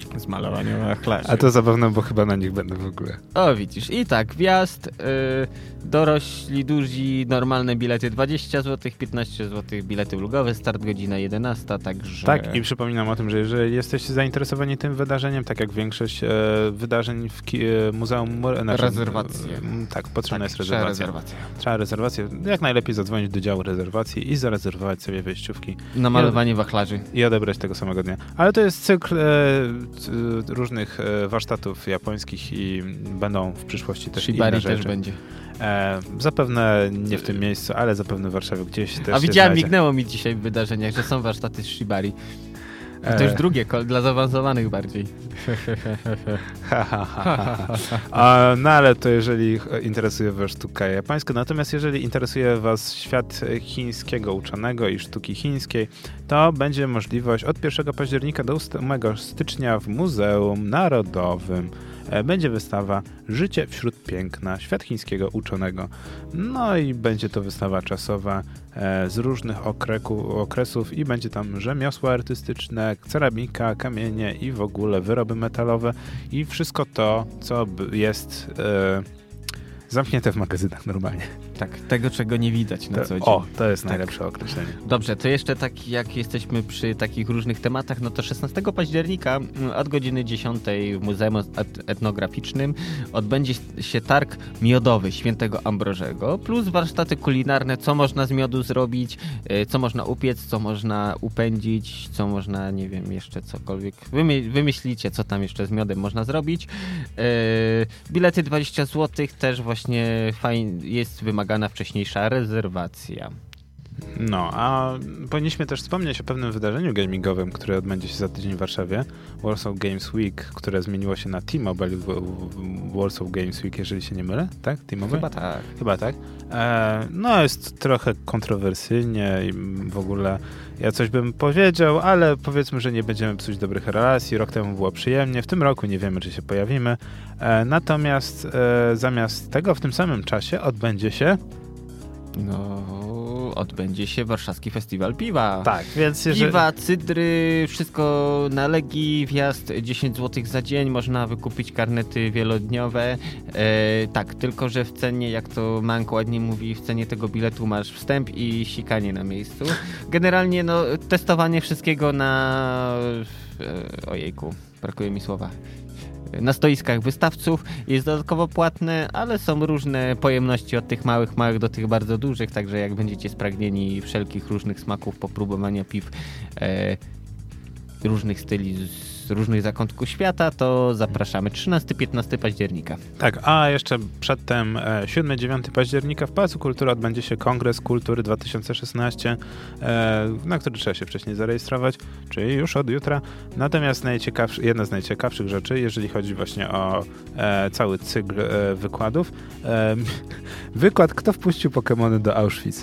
Z malowania wachlarzy. A to zabawne, bo chyba na nich będę w ogóle. O, widzisz. I tak, wjazd, yy, dorośli, duzi, normalne bilety dwadzieścia złotych, piętnaście złotych bilety ulgowe, start godzina jedenasta, także... Tak, i przypominam o tym, że jeżeli jesteście zainteresowani tym wydarzeniem, tak jak większość e, wydarzeń w ki- e, Muzeum... Znaczy, Rezerwacje. E, tak, potrzebna tak, jest rezerwacja. Trzeba rezerwacja. Trzeba rezerwację. Jak najlepiej zadzwonić do działu rezerwacji i zarezerwować sobie wejściówki. Na malowanie wachlarzy. I odebrać tego samego dnia. Ale to jest cykl e, c, różnych e, warsztatów japońskich i będą w przyszłości też Shibari inne rzeczy. też będzie. E, zapewne nie w tym miejscu, ale zapewne w Warszawie gdzieś też A się widziałem, znajdzie. mignęło mi dzisiaj w wydarzeniach, że są warsztaty z Shibari. E... To już drugie, dla zaawansowanych bardziej. Ha, ha, ha, ha. A, no ale to jeżeli interesuje was sztuka japońska, natomiast jeżeli interesuje was świat chińskiego uczonego i sztuki chińskiej, to będzie możliwość od pierwszego października do ósmego stycznia w Muzeum Narodowym. Będzie wystawa Życie wśród piękna, świat chińskiego uczonego. No i będzie to wystawa czasowa e, z różnych okreku, okresów i będzie tam rzemiosła artystyczne, ceramika, kamienie i w ogóle wyroby metalowe i wszystko to, co jest e, zamknięte w magazynach normalnie. Tak, tego czego nie widać na To, co dzień. o, to jest tak. najlepsze określenie. Dobrze, to jeszcze tak jak jesteśmy przy takich różnych tematach, no to szesnastego października od godziny dziesiątej w Muzeum Etnograficznym odbędzie się targ miodowy Świętego Ambrożego, plus warsztaty kulinarne, co można z miodu zrobić, co można upiec, co można upędzić, co można, nie wiem, jeszcze cokolwiek. Wymy- wymyślicie, co tam jeszcze z miodem można zrobić. Bilety dwadzieścia złotych, też właśnie fajnie jest wymagana wcześniejsza rezerwacja. No, a powinniśmy też wspomnieć o pewnym wydarzeniu gamingowym, które odbędzie się za tydzień w Warszawie. Warsaw Games Week, które zmieniło się na T-Mobile Warsaw Games Week, jeżeli się nie mylę, tak? T-Mobile? Chyba tak. Chyba tak. E, no, jest trochę kontrowersyjnie i w ogóle ja coś bym powiedział, ale powiedzmy, że nie będziemy psuć dobrych relacji. Rok temu było przyjemnie, w tym roku nie wiemy, czy się pojawimy. E, natomiast e, zamiast tego w tym samym czasie odbędzie się No, odbędzie się Warszawski Festiwal Piwa. Tak, więc jeżeli... Piwa, cydry, wszystko na Legii, wjazd dziesięć złotych za dzień, można wykupić karnety wielodniowe. E, tak, tylko że w cenie, jak to Mank ładnie mówi, w cenie tego biletu masz wstęp i sikanie na miejscu. Generalnie no, testowanie wszystkiego na... E, ojejku, brakuje mi słowa. Na stoiskach wystawców jest dodatkowo płatne, ale są różne pojemności od tych małych, małych do tych bardzo dużych, także jak będziecie spragnieni wszelkich różnych smaków, popróbowania piw e, różnych styli z różnych zakątków świata, to zapraszamy trzynastego do piętnastego października. Tak, a jeszcze przedtem e, siódmego do dziewiątego października w Pałacu Kultury odbędzie się Kongres Kultury dwa tysiące szesnaście, e, na który trzeba się wcześniej zarejestrować, czyli już od jutra. Natomiast najciekawszy, jedna z najciekawszych rzeczy, jeżeli chodzi właśnie o e, cały cykl e, wykładów, e, wykład Kto wpuścił Pokemony do Auschwitz.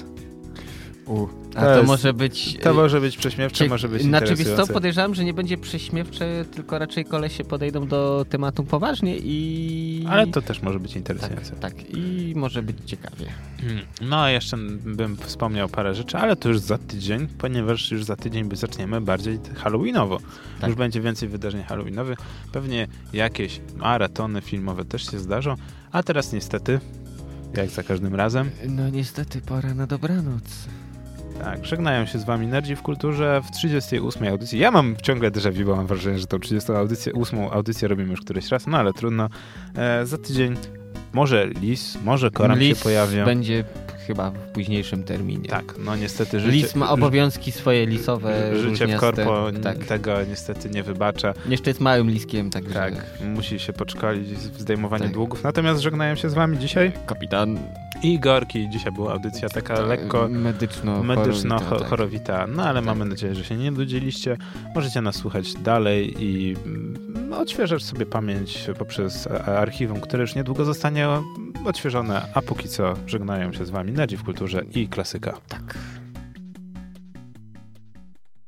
U. A To to, jest- może być... To może być prześmiewcze, Cie- może być Znaczy, wiesz interesujące. co, podejrzewam, że nie będzie prześmiewcze, tylko raczej kolesie podejdą do tematu poważnie i... Ale to też może być interesujące. Tak, tak. I może być ciekawie. No, a jeszcze bym wspomniał parę rzeczy, ale to już za tydzień, ponieważ już za tydzień zaczniemy bardziej halloweenowo. Tak. Już będzie więcej wydarzeń halloweenowych. Pewnie jakieś maratony filmowe też się zdarzą, a teraz niestety, jak za każdym razem, No niestety, pora na dobranoc. tak, żegnają się z wami Nerdzi w Kulturze w trzydziestej ósmej audycji. Ja mam ciągle déjà vu, bo mam wrażenie, że tą trzydziestą audycję, ósmą audycję robimy już któryś raz, no ale trudno. E, za tydzień może Lis, może Koram Lis się pojawią. będzie chyba w późniejszym terminie. Tak, no niestety życie... Lis ma obowiązki swoje lisowe, Życie w różniaste. korpo Tak. tego niestety nie wybacza. Jeszcze jest małym liskiem, także... Tak, musi się podszkolić w zdejmowaniu Tak. długów. Natomiast żegnają się z wami dzisiaj Kapitan... i Gorki. Dzisiaj była audycja taka lekko medyczno medyczno-chorowita. tak. No ale Tak. mamy nadzieję, że się nie nudziliście. Możecie nas słuchać dalej i mm, odświeżać sobie pamięć poprzez a- archiwum, które już niedługo zostanie odświeżone. A póki co żegnają się z wami Nerdzi w Kulturze i Klasyka. Tak.